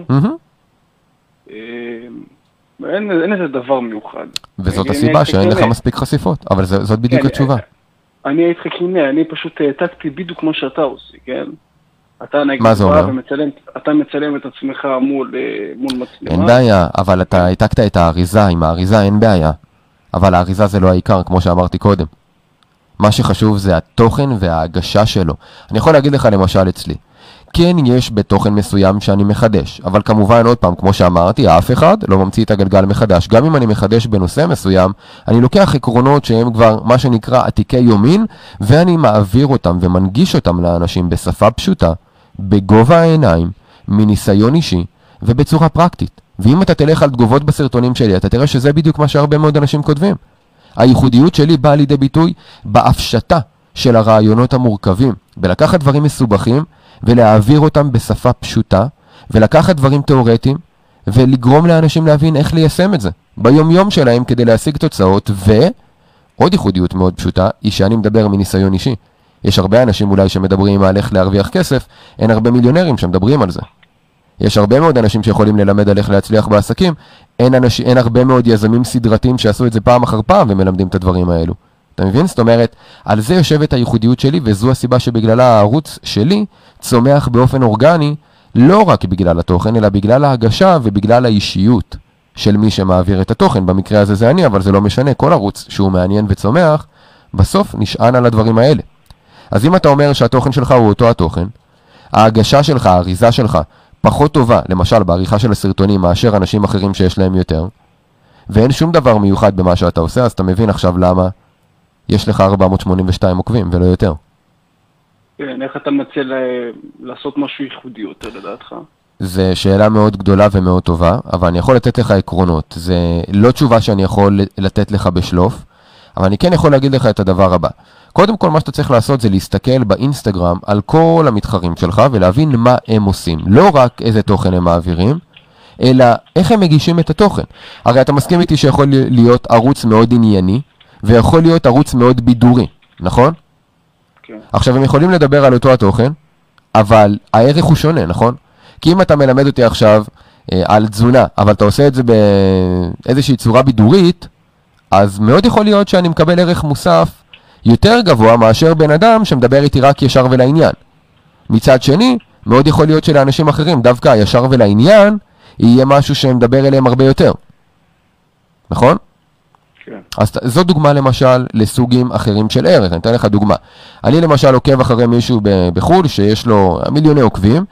S4: אין איזה דבר מיוחד.
S2: וזאת הסיבה שאין לך מספיק חשיפות, אבל זאת בדיוק התשובה.
S4: אני הייתי כנה, אני פשוט העתקתי בדיוק כמו שאתה עושה, כן?
S2: מה זה אומר?
S4: אתה מצלם את עצמך מול מצלמה.
S2: אין בעיה, אבל אתה העתקת את האריזה, עם האריזה אין בעיה. אבל האריזה זה לא העיקר, כמו שאמרתי קודם. מה שחשוב זה התוכן וההגשה שלו. אני יכול להגיד לך למשל אצלי, כן יש בתוכן מסוים שאני מחדש, אבל כמובן עוד פעם, כמו שאמרתי, אף אחד לא ממציא את הגלגל מחדש. גם אם אני מחדש בנושא מסוים, אני לוקח עקרונות שהם כבר מה שנקרא עתיקי יומין, ואני מעביר אותם ומנגיש אותם לאנשים בשפה פשוטה, בגובה העיניים, מניסיון אישי ובצורה פרקטית. ואם אתה תלך על תגובות בסרטונים שלי, אתה תראה שזה בדיוק מה שהרבה מאוד אנשים כותבים. הייחודיות שלי באה לידי ביטוי בהפשטה של הרעיונות המורכבים, בלקחת דברים מסובכים ולהעביר אותם בשפה פשוטה, ולקחת דברים תיאורטיים ולגרום לאנשים להבין איך ליישם את זה ביום יום שלהם כדי להשיג תוצאות. ועוד ייחודיות מאוד פשוטה היא שאני מדבר מניסיון אישי. יש הרבה אנשים אולי שמדברים על איך להרוויח כסף, אין הרבה מיליונרים שמדברים על זה. יש הרבה מאוד אנשים שיכולים ללמד על איך להצליח בעסקים, אין הרבה מאוד יזמים סדרתיים שעשו את זה פעם אחר פעם ומלמדים את הדברים האלו. אתה מבין? זאת אומרת, על זה יושבת הייחודיות שלי, וזו הסיבה שבגללה הערוץ שלי צומח באופן אורגני, לא רק בגלל התוכן, אלא בגלל ההגשה ובגלל האישיות של מי שמעביר את התוכן. במקרה הזה זה אני, אבל זה לא משנה. כל ערוץ שהוא מעניין וצומח, בסוף נשען על הדברים האלה. אז אם אתה אומר שהתוכן שלך הוא אותו התוכן, ההגשה שלך, האריזה שלך, פחות טובה, למשל בעריכה של הסרטונים, מאשר אנשים אחרים שיש להם יותר, ואין שום דבר מיוחד במה שאתה עושה, אז אתה מבין עכשיו למה יש לך 482 עוקבים ולא יותר.
S4: כן, איך אתה מציע לעשות משהו ייחודי יותר לדעתך?
S2: זו שאלה מאוד גדולה ומאוד טובה, אבל אני יכול לתת לך עקרונות. זה לא תשובה שאני יכול לתת לך בשלוף, אבל אני כן יכול להגיד לך את הדבר הבא. קודם כל, מה שאתה צריך לעשות זה להסתכל באינסטגרם על כל המתחרים שלך ולהבין מה הם עושים. לא רק איזה תוכן הם מעבירים, אלא איך הם מגישים את התוכן. הרי אתה מסכים איתי שיכול להיות ערוץ מאוד ענייני, ויכול להיות ערוץ מאוד בידורי, נכון?
S4: כן.
S2: עכשיו, הם יכולים לדבר על אותו התוכן, אבל הערך הוא שונה, נכון? כי אם אתה מלמד אותי עכשיו על תזונה, אבל אתה עושה את זה באיזושהי צורה בידורית, אז מאוד יכול להיות שאני מקבל ערך מוסף יותר גבוה מאשר בן אדם שמדבר איתי רק ישר ולעניין. מצד שני, מאוד יכול להיות שלאנשים אחרים, דווקא ישר ולעניין, יהיה משהו שמדבר אליהם הרבה יותר. נכון?
S4: כן.
S2: אז זו דוגמה למשל לסוגים אחרים של ערך. אני אתן לך דוגמה. אני למשל עוקב אחרי מישהו בחול שיש לו מיליוני עוקבים,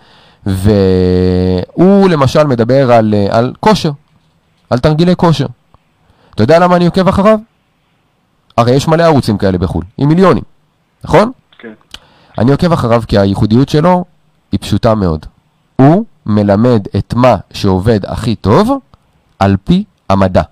S2: והוא למשל מדבר על כושר, על תרגילי כושר. אתה יודע למה אני עוקב אחריו? הרי יש מלא ערוצים כאלה בחול, עם מיליונים, נכון?
S4: כן.
S2: אני עוקב אחריו כי הייחודיות שלו היא פשוטה מאוד. הוא מלמד את מה שעובד הכי טוב על פי המדע.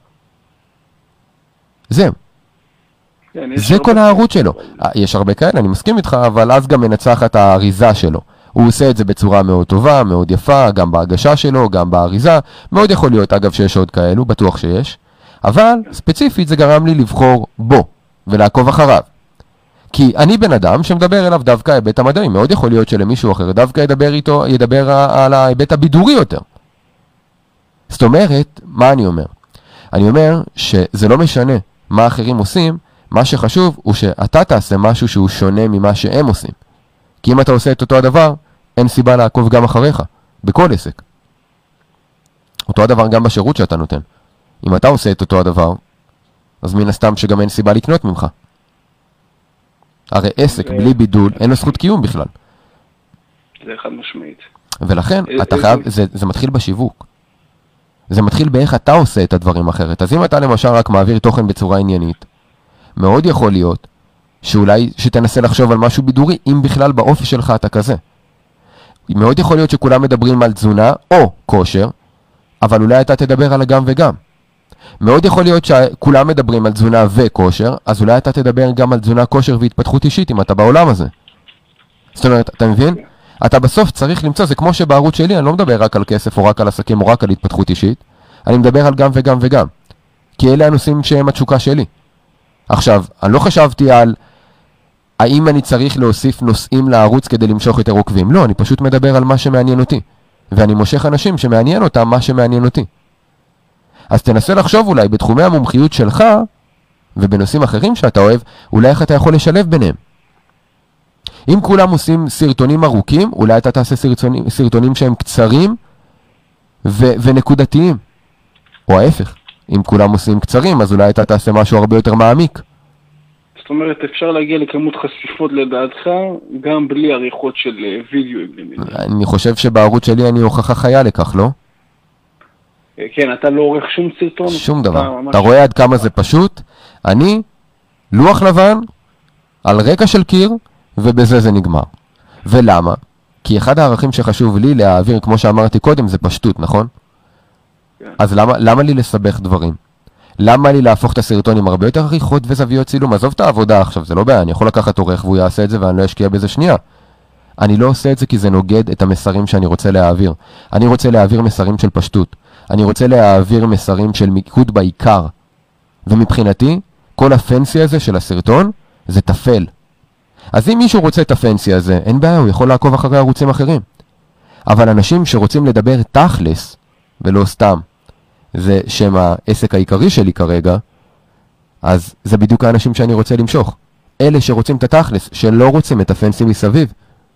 S2: זהו.
S4: כן,
S2: זה כל הערוץ שלו. יש הרבה כאלה, אני מסכים איתך, אבל אז גם מנצח את האריזה שלו. הוא עושה את זה בצורה מאוד טובה, מאוד יפה, גם בהגשה שלו, גם באריזה. מאוד יכול להיות, אגב, שיש עוד כאלו, בטוח שיש. אבל ספציפית זה גרם לי לבחור בו ולעקוב אחריו. כי אני בן אדם שמדבר אליו דווקא ההיבט המדעי. מאוד יכול להיות שלמישהו אחר דווקא ידבר על ההיבט הבידורי יותר. זאת אומרת, מה אני אומר? אני אומר שזה לא משנה מה אחרים עושים, מה שחשוב הוא שאתה תעשה משהו שהוא שונה ממה שהם עושים. כי אם אתה עושה את אותו הדבר, אין סיבה לעקוב גם אחריך, בכל עסק. אותו הדבר גם בשירות שאתה נותן. אם אתה עושה את אותו הדבר, אז מן הסתם שגם אין סיבה לקנות ממך. הרי עסק בלי בידול אין לו זכות קיום בכלל.
S4: זה חד משמעית.
S2: ולכן אתה חייב, זה מתחיל בשיווק. זה מתחיל באיך אתה עושה את הדברים אחרת. אז אם אתה למשל רק מעביר תוכן בצורה עניינית, מאוד יכול להיות שאולי שתנסה לחשוב על משהו בידורי, אם בכלל באופי שלך אתה כזה. מאוד יכול להיות שכולם מדברים על תזונה או כושר, אבל אולי אתה תדבר על הגם וגם. מאוד יכול להיות שכולם מדברים על תזונה וכושר, אז אולי אתה תדבר גם על תזונה, כושר והתפתחות אישית אם אתה בעולם הזה. זאת אומרת, אתה מבין? אתה בסוף צריך למצוא, זה כמו שבערוץ שלי, אני לא מדבר רק על כסף או רק על עסקים או רק על התפתחות אישית, אני מדבר על גם וגם וגם. כי אלה הנושאים שהם התשוקה שלי. עכשיו, אני לא חשבתי על האם אני צריך להוסיף נושאים לערוץ כדי למשוך יותר עוקבים. לא, אני פשוט מדבר על מה שמעניין אותי. ואני מושך אנשים שמעניין אותם מה שמעניין אותי. אז תנסה לחשוב אולי בתחומי המומחיות שלך, ובנושאים אחרים שאתה אוהב, אולי איך אתה יכול לשלב ביניהם. אם כולם עושים סרטונים ארוכים, אולי אתה תעשה סרטונים שהם קצרים ונקודתיים. או ההפך, אם כולם עושים קצרים, אז אולי אתה תעשה משהו הרבה יותר מעמיק.
S4: זאת זאת אומרת, אפשר להגיע לכמות חשיפות לדעתך, גם בלי עריכות של וידאו.
S2: אני חושב שבערוץ שלי אני הוכחה חיה לכך, לא?
S4: כן, אתה לא עורך שום סרטון?
S2: שום דבר. אתה רואה עד כמה זה פשוט? אני, לוח לבן, על רקע של קיר, ובזה זה נגמר. ולמה? כי אחד הערכים שחשוב לי להעביר, כמו שאמרתי קודם, זה פשטות, נכון? כן. אז למה לי לסבך דברים? למה לי להפוך את הסרטון עם הרבה יותר עריכות וזוויות צילום? עזוב את העבודה עכשיו, זה לא בעיה, אני יכול לקחת עורך והוא יעשה את זה ואני לא אשקיע בזה שנייה. אני לא עושה את זה כי זה נוגד את המסרים שאני רוצה להעביר. אני רוצה להעביר מסרים של פשטות. אני רוצה להעביר מסרים של מיקוד בעיקר. ומבחינתי, כל הפנסי הזה של הסרטון זה תפל. אז אם מישהו רוצה את הפנסי הזה, אין בעיה, הוא יכול לעקוב אחרי ערוצים אחרים. אבל אנשים שרוצים לדבר תכלס, ולא סתם, זה שם העסק העיקרי שלי כרגע, אז זה בדיוק האנשים שאני רוצה למשוך. אלה שרוצים את התכלס, שלא רוצים את הפנסי מסביב.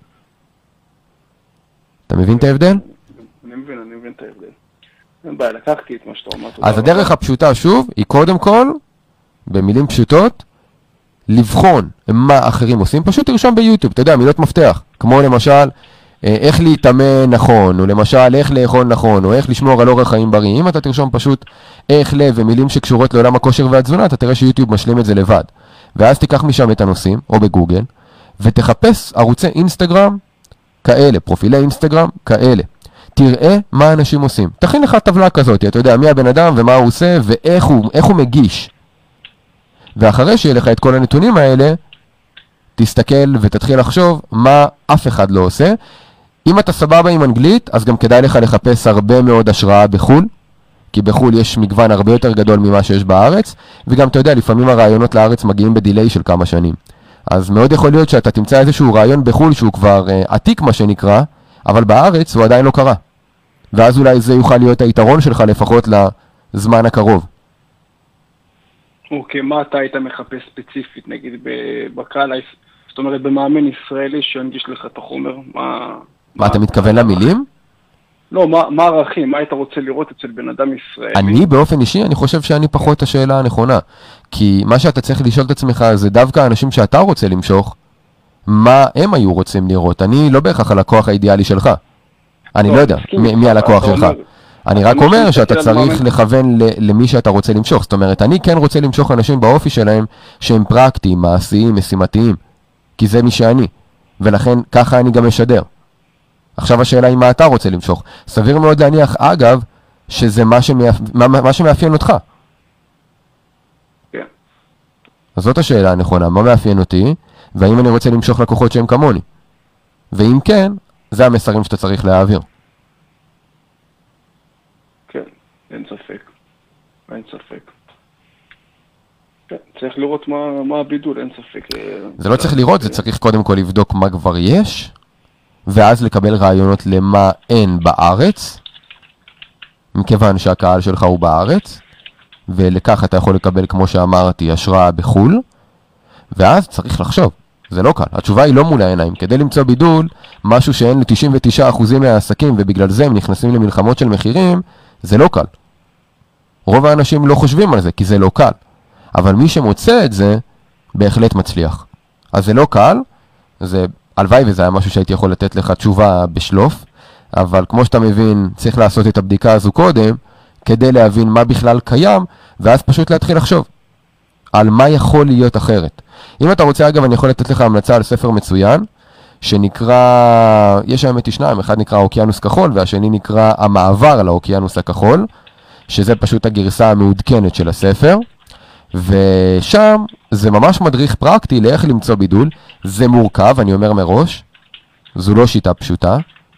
S2: אתה מבין את ההבדל?
S4: אני מבין את ההבדל. אין בעיה, לקחתי את מה שאתה אומר.
S2: אז הדרך הפשוטה, שוב, היא קודם כל, במילים פשוטות, לבחון מה אחרים עושים, פשוט תרשום ביוטיוב, אתה יודע, מילות מפתח, כמו למשל, איך להתאמן נכון, או למשל, איך לאכול נכון, או איך לשמור על אורח חיים בריא. אם אתה תרשום פשוט איך ומילים שקשורות לעולם הכושר והתזונה, אתה תראה שיוטיוב משלים את זה לבד. ואז תיקח משם את הנושאים, או בגוגל, ותחפש ערוצי אינסטגרם כאלה, פרופילי אינסטגרם כאלה. תראה מה אנשים עושים. תכין לך טבלה כזאת, אתה יודע, מי הבן אדם ומה הוא עושה, ואיך הוא מגיש. ואחרי שיהיה לך את כל הנתונים האלה, תסתכל ותתחיל לחשוב מה אף אחד לא עושה. אם אתה סבבה עם אנגלית, אז גם כדאי לך לחפש הרבה מאוד השראה בחול, כי בחול יש מגוון הרבה יותר גדול ממה שיש בארץ, וגם אתה יודע, לפעמים הרעיונות לארץ מגיעים בדילי של כמה שנים. אז מאוד יכול להיות שאתה תמצא איזשהו רעיון בחול שהוא כבר עתיק מה שנקרא, אבל בארץ הוא עדיין לא קרה. ואז אולי זה יוכל להיות היתרון שלך לפחות לזמן הקרוב.
S4: אוקיי, מה אתה היית מחפש ספציפית, נגיד בקהל, זאת אומרת במאמן ישראלי שינגיש לך את החומר?
S2: מה אתה מתכוון למילים?
S4: לא, מה הערכים? מה היית רוצה לראות אצל בן אדם ישראלי?
S2: אני באופן אישי, אני חושב שאני פחות השאלה הנכונה. כי מה שאתה צריך לשאול את עצמך זה דווקא האנשים שאתה רוצה למשוך, מה הם היו רוצים לראות. אני לא בהכרח הלקוח האידיאלי שלך. אני לא יודע מי הלקוח שלך. אני רק אומר שאתה צריך לכוון למי שאתה רוצה למשוך. זאת אומרת, אני כן רוצה למשוך אנשים באופי שלהם שהם פרקטיים, מעשיים, משימתיים. כי זה מי שאני. ולכן ככה אני גם משדר. עכשיו השאלה היא מה אתה רוצה למשוך. סביר מאוד להניח, אגב, שזה מה שמאפיין אותך.
S4: כן.
S2: אז זאת השאלה הנכונה, מה מאפיין אותי, והאם אני רוצה למשוך לקוחות שהם כמוני. ואם כן, זה המסרים שאתה צריך להעביר.
S4: כן, אין ספק. אין ספק. כן, צריך לראות מה הבידול, אין ספק.
S2: זה לא צריך לראות, זה צריך קודם כל לבדוק מה כבר יש, ואז לקבל רעיונות למה אין בארץ, מכיוון שהקהל שלך הוא בארץ, ולכך אתה יכול לקבל, כמו שאמרתי, השראה בחול, ואז צריך לחשוב. זה לא קל. התשובה היא לא מול העיניים. כדי למצוא בידול, משהו שאין ל-99% מהעסקים, ובגלל זה הם נכנסים למלחמות של מחירים, זה לא קל. רוב האנשים לא חושבים על זה, כי זה לא קל. אבל מי שמוצא את זה, בהחלט מצליח. אז זה לא קל, זה הלוואי וזה היה משהו שהייתי יכול לתת לך תשובה בשלוף, אבל כמו שאתה מבין, צריך לעשות את הבדיקה הזו קודם, כדי להבין מה בכלל קיים, ואז פשוט להתחיל לחשוב על מה יכול להיות אחרת. אם אתה רוצה, אגב, אני יכול לתת לך המלצה על ספר מצוין, שנקרא, יש האמת שניים, אחד נקרא אוקיינוס כחול, והשני נקרא המעבר לאוקיינוס הכחול, שזה פשוט הגרסה המעודכנת של הספר, ושם זה ממש מדריך פרקטי לאיך למצוא בידול. זה מורכב, אני אומר מראש, זו לא שיטה פשוטה,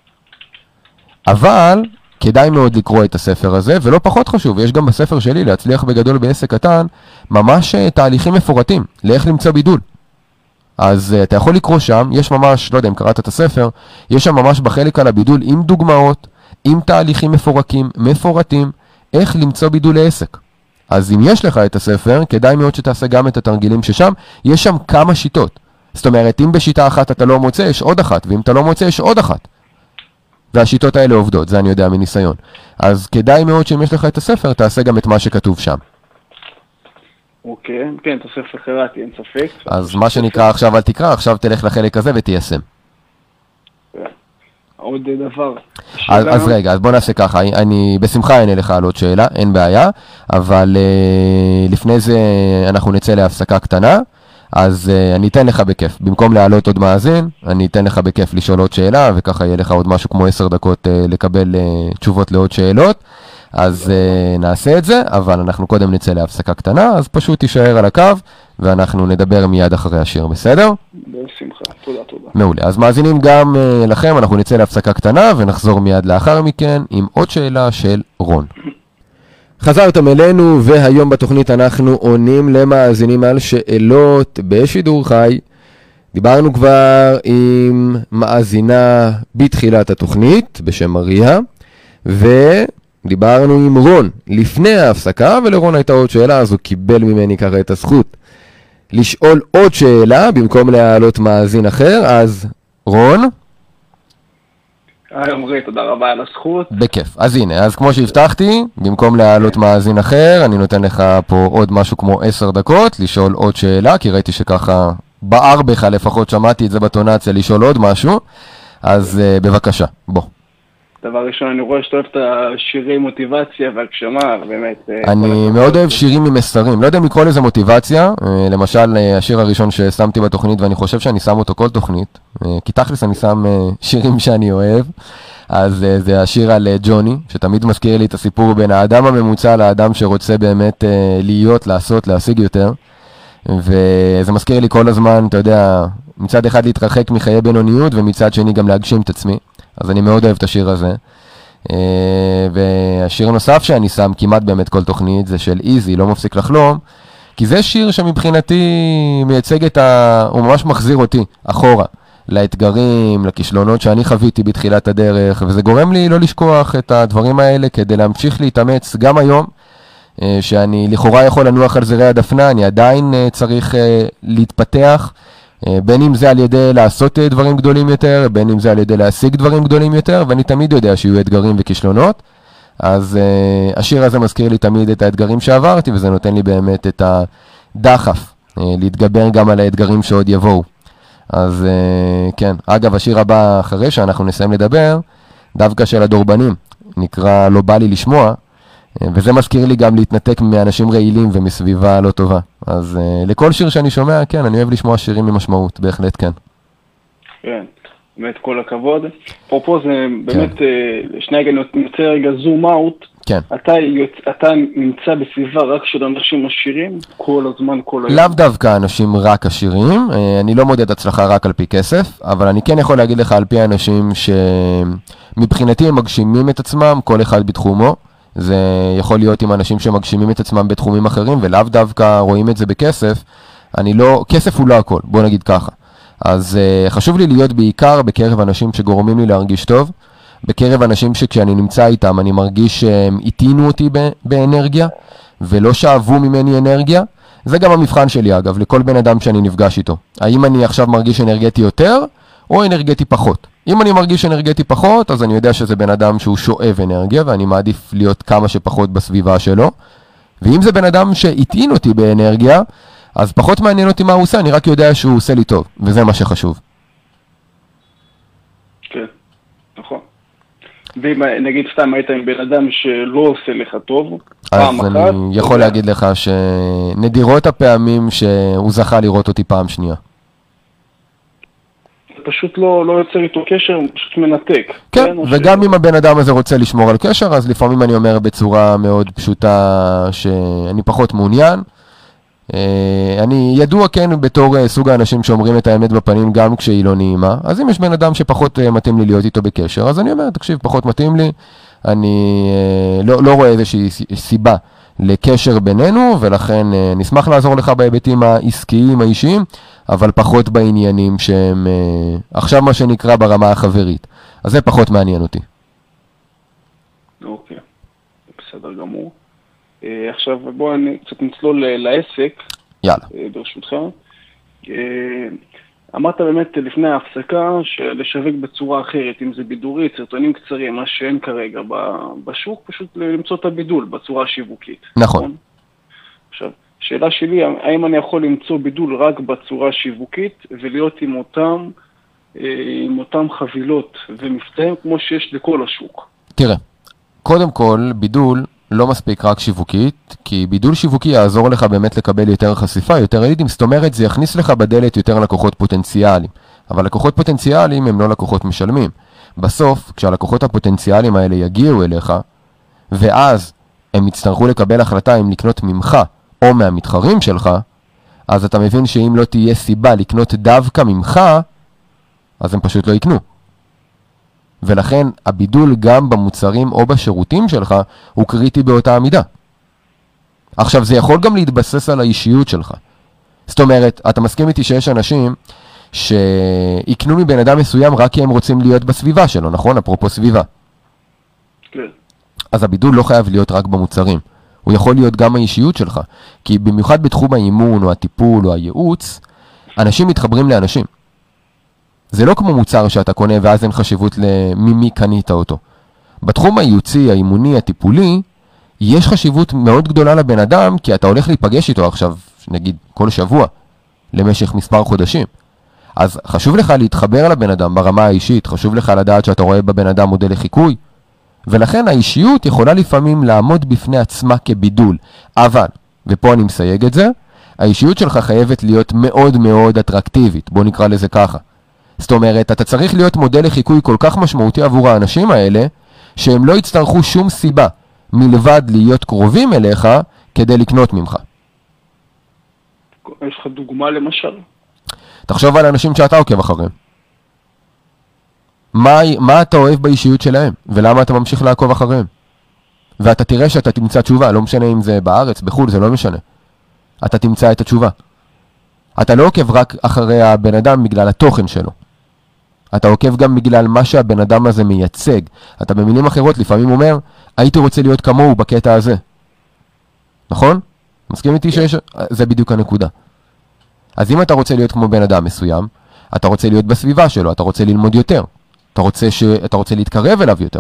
S2: אבל כדאי מאוד לקרוא את הספר הזה, ולא פחות חשוב, יש גם בספר שלי, להצליח בגדול בעסק קטן, ממש תהליכים מפורטים לאיך למצוא בידול. אז אתה יכול לקרוא שם, יש ממש, לא יודע אם קראת את הספר, יש שם ממש בחלק על הבידול עם דוגמאות, עם תהליכים מפורטים, איך למצוא בידול לעסק. אז אם יש לך את הספר, כדאי מאוד שתעשה גם את התרגילים ששם, יש שם כמה שיטות. זאת אומרת, אם בשיטה אחת אתה לא מוצא, יש עוד אחת, ואם אתה לא מוצא, יש עוד אחת. והשיטות האלה עובדות, זה אני יודע מניסיון. אז כדאי מאוד שאם יש לך את הספר, תעשה גם את מה שכתוב שם.
S4: אוקיי, כן, תוספת קראתי, אין ספק.
S2: אז מה שנקרא עכשיו אל תקרא, עכשיו תלך לחלק הזה ותיישם.
S4: עוד דבר.
S2: אז רגע, אז בוא נעשה ככה, אני בשמחה אענה לך על עוד שאלה, אין בעיה, אבל לפני זה אנחנו נצא להפסקה קטנה, אז אני אתן לך בכיף, במקום להעלות עוד מאזין, אני אתן לך בכיף לשאול עוד שאלה, וככה יהיה לך עוד משהו כמו 10 דקות לקבל תשובות לעוד שאלות, אז נעשה את זה, אבל אנחנו קודם נצא להפסקה קטנה, אז פשוט תישאר על הקו, ואנחנו נדבר מיד אחרי השיר, בסדר?
S4: בשמחה, תודה.
S2: מעולה, אז מאזינים גם לכם, אנחנו נצא להפסקה קטנה, ונחזור מיד לאחר מכן עם עוד שאלה של רון. חזרתם אלינו, והיום בתוכנית אנחנו עונים למאזינים על שאלות בשידור חי. דיברנו כבר עם מאזינה בתחילת התוכנית, בשם מריה, ודיברנו עם רון לפני ההפסקה, ולרון הייתה עוד שאלה, אז הוא קיבל ממני ככה את הזכות לשאול עוד שאלה, במקום להעלות מאזין אחר. אז רון?
S4: עמרי, תודה רבה על הזכות.
S2: בכיף. אז הנה, אז כמו שהבטחתי, במקום להעלות מאזין אחר, אני נותן לך פה עוד משהו כמו 10 דקות, לשאול עוד שאלה, כי ראיתי שככה בער בך, לפחות שמעתי את זה בטונציה, לשאול עוד משהו, אז בבקשה, בוא.
S4: דבר ראשון, אני רואה שאתה אוהב את השירי מוטיבציה והגשמה, באמת.
S2: אני מאוד אוהב שירים עם מסרים, לא יודע אם לקרוא לזה מוטיבציה, למשל השיר הראשון ששמתי בתוכנית, ואני חושב שאני שם אותו כל תוכנית, כי תכלס אני שם שירים שאני אוהב, אז זה השיר על ג'וני, שתמיד מזכיר לי את הסיפור בין האדם הממוצע לאדם שרוצה באמת להיות, לעשות, להשיג יותר, וזה מזכיר לי כל הזמן, אתה יודע, מצד אחד להתרחק מחיי בינוניות, ומצד שני גם להגשים את עצמי. אז אני מאוד אוהב את השיר הזה. והשיר נוסף שאני שם כמעט באמת כל תוכנית זה של איזי, לא מפסיק לחלום, כי זה שיר שמבחינתי מייצג הוא ממש מחזיר אותי אחורה, לאתגרים, לכישלונות שאני חוויתי בתחילת הדרך, וזה גורם לי לא לשכוח את הדברים האלה כדי להמשיך להתאמץ גם היום, שאני לכאורה יכול לנוח על זרי הדפנה, אני עדיין צריך להתפתח, בין אם זה על ידי לעשות דברים גדולים יותר, בין אם זה על ידי להשיג דברים גדולים יותר, ואני תמיד יודע שיהיו אתגרים וכישלונות, אז השיר הזה מזכיר לי תמיד את האתגרים שעברתי, וזה נותן לי באמת את הדחף, להתגבר גם על האתגרים שעוד יבואו. אז כן, אגב, השיר הבא אחרי שאנחנו נסיים לדבר, דווקא של הדורבנים, נקרא לא בא לי לשמוע, וזה מזכיר לי גם להתנתק מאנשים רעילים ומסביבה לא טובה. אז לכל שיר שאני שומע, כן, אני אוהב לשמוע שירים עם משמעות, בהחלט כן.
S4: כן, באמת כל הכבוד. אפרופו זה באמת, שנייה רגע, נמצא רגע זום אאוט.
S2: כן.
S4: אתה נמצא בסביבה רק של אנשים עשירים כל הזמן, כל היום?
S2: לאו דווקא אנשים רק עשירים, אני לא מודד הצלחה רק על פי כסף, אבל אני כן יכול להגיד לך על פי אנשים שמבחינתי הם מגשימים את עצמם, כל אחד בתחומו. זה יכול להיות עם אנשים שמגשימים את עצמם בתחומים אחרים, ולאו דווקא רואים את זה בכסף. כסף הוא לא הכל, בוא נגיד ככה. אז חשוב לי להיות בעיקר בקרב אנשים שגורמים לי להרגיש טוב, בקרב אנשים שכשאני נמצא איתם אני מרגיש שהם איתינו אותי באנרגיה, ולא שאבו ממני אנרגיה. זה גם המבחן שלי אגב, לכל בן אדם שאני נפגש איתו. האם אני עכשיו מרגיש אנרגטי יותר, או אנרגטי פחות? אם אני מרגיש אנרגטי פחות, אז אני יודע שזה בן אדם שהוא שואב אנרגיה, ואני מעדיף להיות כמה שפחות בסביבה שלו. ואם זה בן אדם שהטעין אותי באנרגיה, אז פחות מעניין אותי מה הוא עושה, אני רק יודע שהוא עושה לי טוב, וזה מה שחשוב.
S4: כן, נכון. ואם נגיד סתם היית עם בן אדם שלא עושה לך טוב, פעם אחת...
S2: אז אני יכול להגיד לך שנדירות הפעמים שהוא זכה לראות אותי פעם שנייה.
S4: פשוט לא יוצר איתו קשר, פשוט מנתק.
S2: כן, וגם אם הבן אדם הזה רוצה לשמור על קשר, אז לפעמים אני אומר בצורה מאוד פשוטה שאני פחות מעוניין. אני ידוע כן בתור סוג האנשים שאומרים את האמת בפנים גם כשהיא לא נעימה, אז אם יש בן אדם שפחות מתאים לי להיות איתו בקשר, אז אני אומר, תקשיב, פחות מתאים לי, אני לא רואה איזושהי סיבה לקשר בינינו, ולכן נשמח לעזור לך בהיבטים העסקיים, האישיים, אבל פחות בעניינים שהם עכשיו מה שנקרא ברמה החברית. אז זה פחות מעניין אותי.
S4: אוקיי, בסדר גמור. עכשיו בואו קצת נצלול לעסק.
S2: יאללה.
S4: ברשותך. אמרת באמת לפני ההפסקה שלשווק בצורה אחרת, אם זה בידורית, סרטונים קצרים, מה שאין כרגע בשוק, פשוט למצוא את הבידול בצורה השיווקית.
S2: נכון.
S4: עכשיו, שאלה שלי, האם אני יכול למצוא בידול רק בצורה שיווקית ולהיות עם אותם חבילות ומבצעים כמו שיש לכל השוק?
S2: תראה, קודם כל, בידול לא מספיק רק שיווקית, כי בידול שיווקי יעזור לך באמת לקבל יותר חשיפה, יותר לידים, זאת אומרת, זה יכניס לך בדלת יותר לקוחות פוטנציאליים. אבל לקוחות פוטנציאליים הם לא לקוחות משלמים. בסוף, כשהלקוחות הפוטנציאליים האלה יגיעו אליך, ואז הם יצטרכו לקבל החלטה אם לקנות ממך או מהמתחרים שלך, אז אתה מבין שאם לא תהיה סיבה לקנות דווקא ממך, אז הם פשוט לא יקנו. ולכן הבידול גם במוצרים או בשירותים שלך הוא קריטי באותה המידה. עכשיו זה יכול גם להתבסס על האישיות שלך. זאת אומרת, אתה מסכים איתי שיש אנשים שיקנו מבן אדם מסוים רק כי הם רוצים להיות בסביבה שלו, נכון? אפרופו סביבה.
S4: כן.
S2: אז הבידול לא חייב להיות רק במוצרים. הוא יכול להיות גם האישיות שלך. כי במיוחד בתחום האימון או הטיפול או הייעוץ, אנשים מתחברים לאנשים. זה לא כמו מוצר שאתה קונה ואז אין חשיבות למי קנית אותו. בתחום הייעוצי, האימוני, הטיפולי, יש חשיבות מאוד גדולה לבן אדם, כי אתה הולך להיפגש איתו עכשיו, נגיד כל שבוע, למשך מספר חודשים. אז חשוב לך להתחבר לבן אדם ברמה האישית, חשוב לך לדעת שאתה רואה בבן אדם מודל לחיקוי, ולכן האישיות יכולה לפעמים לעמוד בפני עצמה כבידול. אבל, ופה אני מסייג את זה, האישיות שלך חייבת להיות מאוד מאוד אטרקטיבית, בוא נקרא לזה ככה. זאת אומרת, אתה צריך להיות מודל לחיקוי כל כך משמעותי עבור האנשים האלה, שהם לא יצטרכו שום סיבה מלבד להיות קרובים אליך כדי לקנות ממך.
S4: יש לך דוגמה למשל?
S2: תחשוב על אנשים שאתה עוקב אחריהם. מה אתה אוהב באישיות שלהם, ולמה אתה ממשיך לעקוב אחריהם? ואתה תראה שאתה תמצא תשובה, לא משנה אם זה בארץ, בחול, זה לא משנה. אתה תמצא את התשובה. אתה לא עוקב רק אחרי הבן אדם בגלל התוכן שלו. אתה עוקב גם בגלל מה שהבן אדם הזה מייצג. אתה במילים אחרות לפעמים אומר, הייתי רוצה להיות כמוהו בקטע הזה. נכון? מסכים איתי שיש... זה בדיוק הנקודה. אז אם אתה רוצה להיות כמו בן אדם מסוים, אתה רוצה להיות בסביבה שלו, אתה רוצה ללמוד יותר. אתה רוצה להתקרב אליו יותר.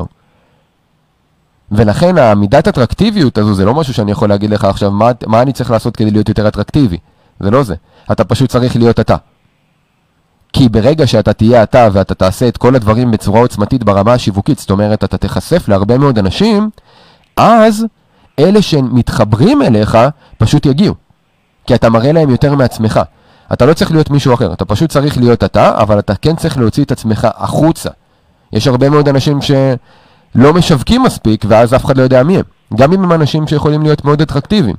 S2: ולכן המידת אטרקטיביות הזו זה לא משהו שאני יכול להגיד לך עכשיו, מה אני צריך לעשות כדי להיות יותר אטרקטיבי. זה לא זה. אתה פשוט צריך להיות אתה. כי ברגע שאתה תהיה אתה ואתה תעשה את כל הדברים בצורה עוצמתית ברמה השיווקית, זאת אומרת, אתה תחשף להרבה מאוד אנשים, אז אלה שמתחברים אליך פשוט יגיעו. כי אתה מראה להם יותר מעצמך. אתה לא צריך להיות מישהו אחר, אתה פשוט צריך להיות אתה, אבל אתה כן צריך להוציא את עצמך החוצה. יש הרבה מאוד אנשים שלא משווקים מספיק, ואז אף אחד לא יודע מי הם. גם אם הם אנשים שיכולים להיות מאוד אטרקטיביים.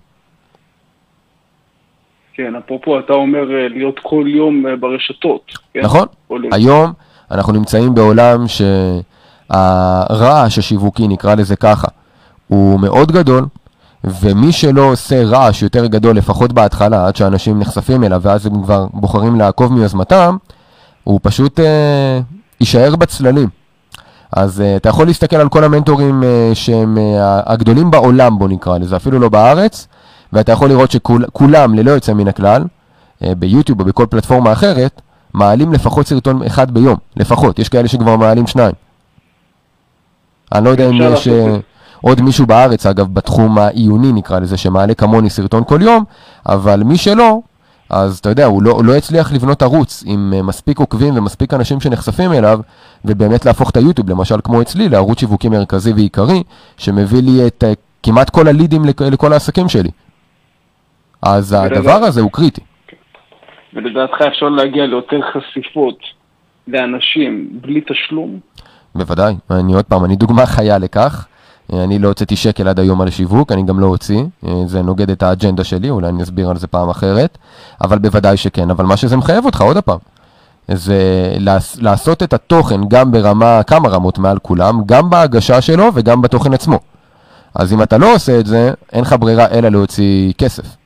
S4: כן, אפרופו, אתה אומר להיות כל יום ברשתות. כן?
S2: נכון. היום אנחנו נמצאים בעולם שהרעש השיווקי, נקרא לזה ככה, הוא מאוד גדול, ומי שלא עושה רעש יותר גדול, לפחות בהתחלה, עד שאנשים נחשפים אליו, ואז הם כבר בוחרים לעקוב מיוזמתם, הוא פשוט יישאר בצללים. אז אתה יכול להסתכל על כל המנטורים שהם הגדולים בעולם, בוא נקרא לזה, אפילו לא בארץ, ואתה יכול לראות שכולם, ללא יוצא מן הכלל, ביוטיוב או בכל פלטפורמה אחרת, מעלים לפחות סרטון אחד ביום. לפחות, יש כאלה שכבר מעלים 2. אני לא יודע אם יש עוד מישהו בארץ, אגב, בתחום העיוני נקרא לזה, שמעלה כמוני סרטון כל יום, אבל מי שלא, אז אתה יודע, הוא לא הצליח לבנות ערוץ עם מספיק עוקבים ומספיק אנשים שנחשפים אליו, ובאמת להפוך את היוטיוב, למשל כמו אצלי, לערוץ שיווקי מרכזי ועיקרי, שמביא לי את כמעט כל הלידים לכל העסקים שלי. אז הדבר הזה הוא קריטי.
S4: ולדעתך אפשר להגיע ליותר חשיפות לאנשים בלי תשלום?
S2: בוודאי. אני דוגמה חיה לכך. אני לא הוצאתי שקל עד היום על שיווק, אני גם לא הוציא. זה נוגד את האג'נדה שלי, אולי אני אסביר על זה פעם אחרת. אבל בוודאי שכן. אבל מה שזה מחייב אותך, עוד הפעם, זה לעשות את התוכן גם ברמה, כמה רמות מעל כולם, גם בהגשה שלו וגם בתוכן עצמו. אז אם אתה לא עושה את זה, אין לך ברירה אלא להוציא כסף.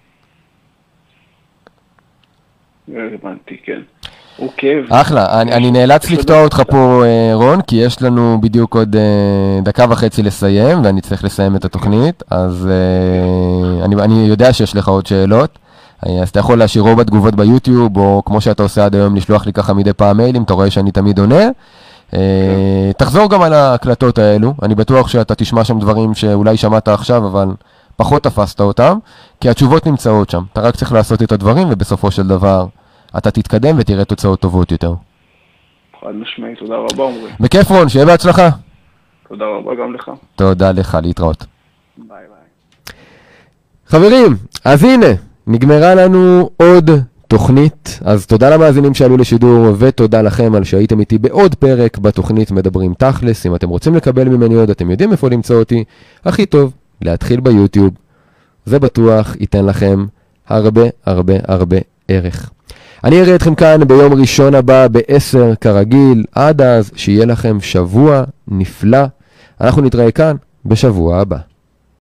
S4: הבנתי, כן. אוקיי.
S2: אחלה, אני נאלץ לקטוע אותך פה, רון, כי יש לנו בדיוק עוד 1.5 לסיים, ואני צריך לסיים את התוכנית, אז אני יודע שיש לך עוד שאלות, אז אתה יכול להשאיר או בתגובות ביוטיוב, או כמו שאתה עושה עד היום, לשלוח לי ככה מדי פעם מיילים, אתה רואה שאני תמיד עונה. תחזור גם על ההקלטות האלו, אני בטוח שאתה תשמע שם דברים שאולי שמעת עכשיו, אבל פחות תפסת אותם, כי התשובות נמצאות שם. אתה רק צריך לעשות את הדברים, ובסופו של דבר אתה תתקדם ותראה תוצאות טובות יותר.
S4: חד משמעי, תודה רבה עומרי.
S2: בכיף רון, שיהיה בהצלחה.
S4: תודה רבה גם לך.
S2: תודה לך, להתראות.
S4: ביי ביי.
S2: חברים, אז הנה, נגמרה לנו עוד תוכנית, אז תודה למאזינים שעלו לשידור, ותודה לכם על שהייתם איתי בעוד פרק בתוכנית מדברים תכלס. אם אתם רוצים לקבל ממני עוד, אתם יודעים איפה למצוא אותי, הכי טוב, להתחיל ביוטיוב. זה בטוח ייתן לכם הרבה הרבה הרבה ערך. אני אראה אתכם כאן ביום ראשון הבא ב-10 כרגיל. עד אז, שיהיה לכם שבוע נפלא. אנחנו נתראה כאן בשבוע הבא.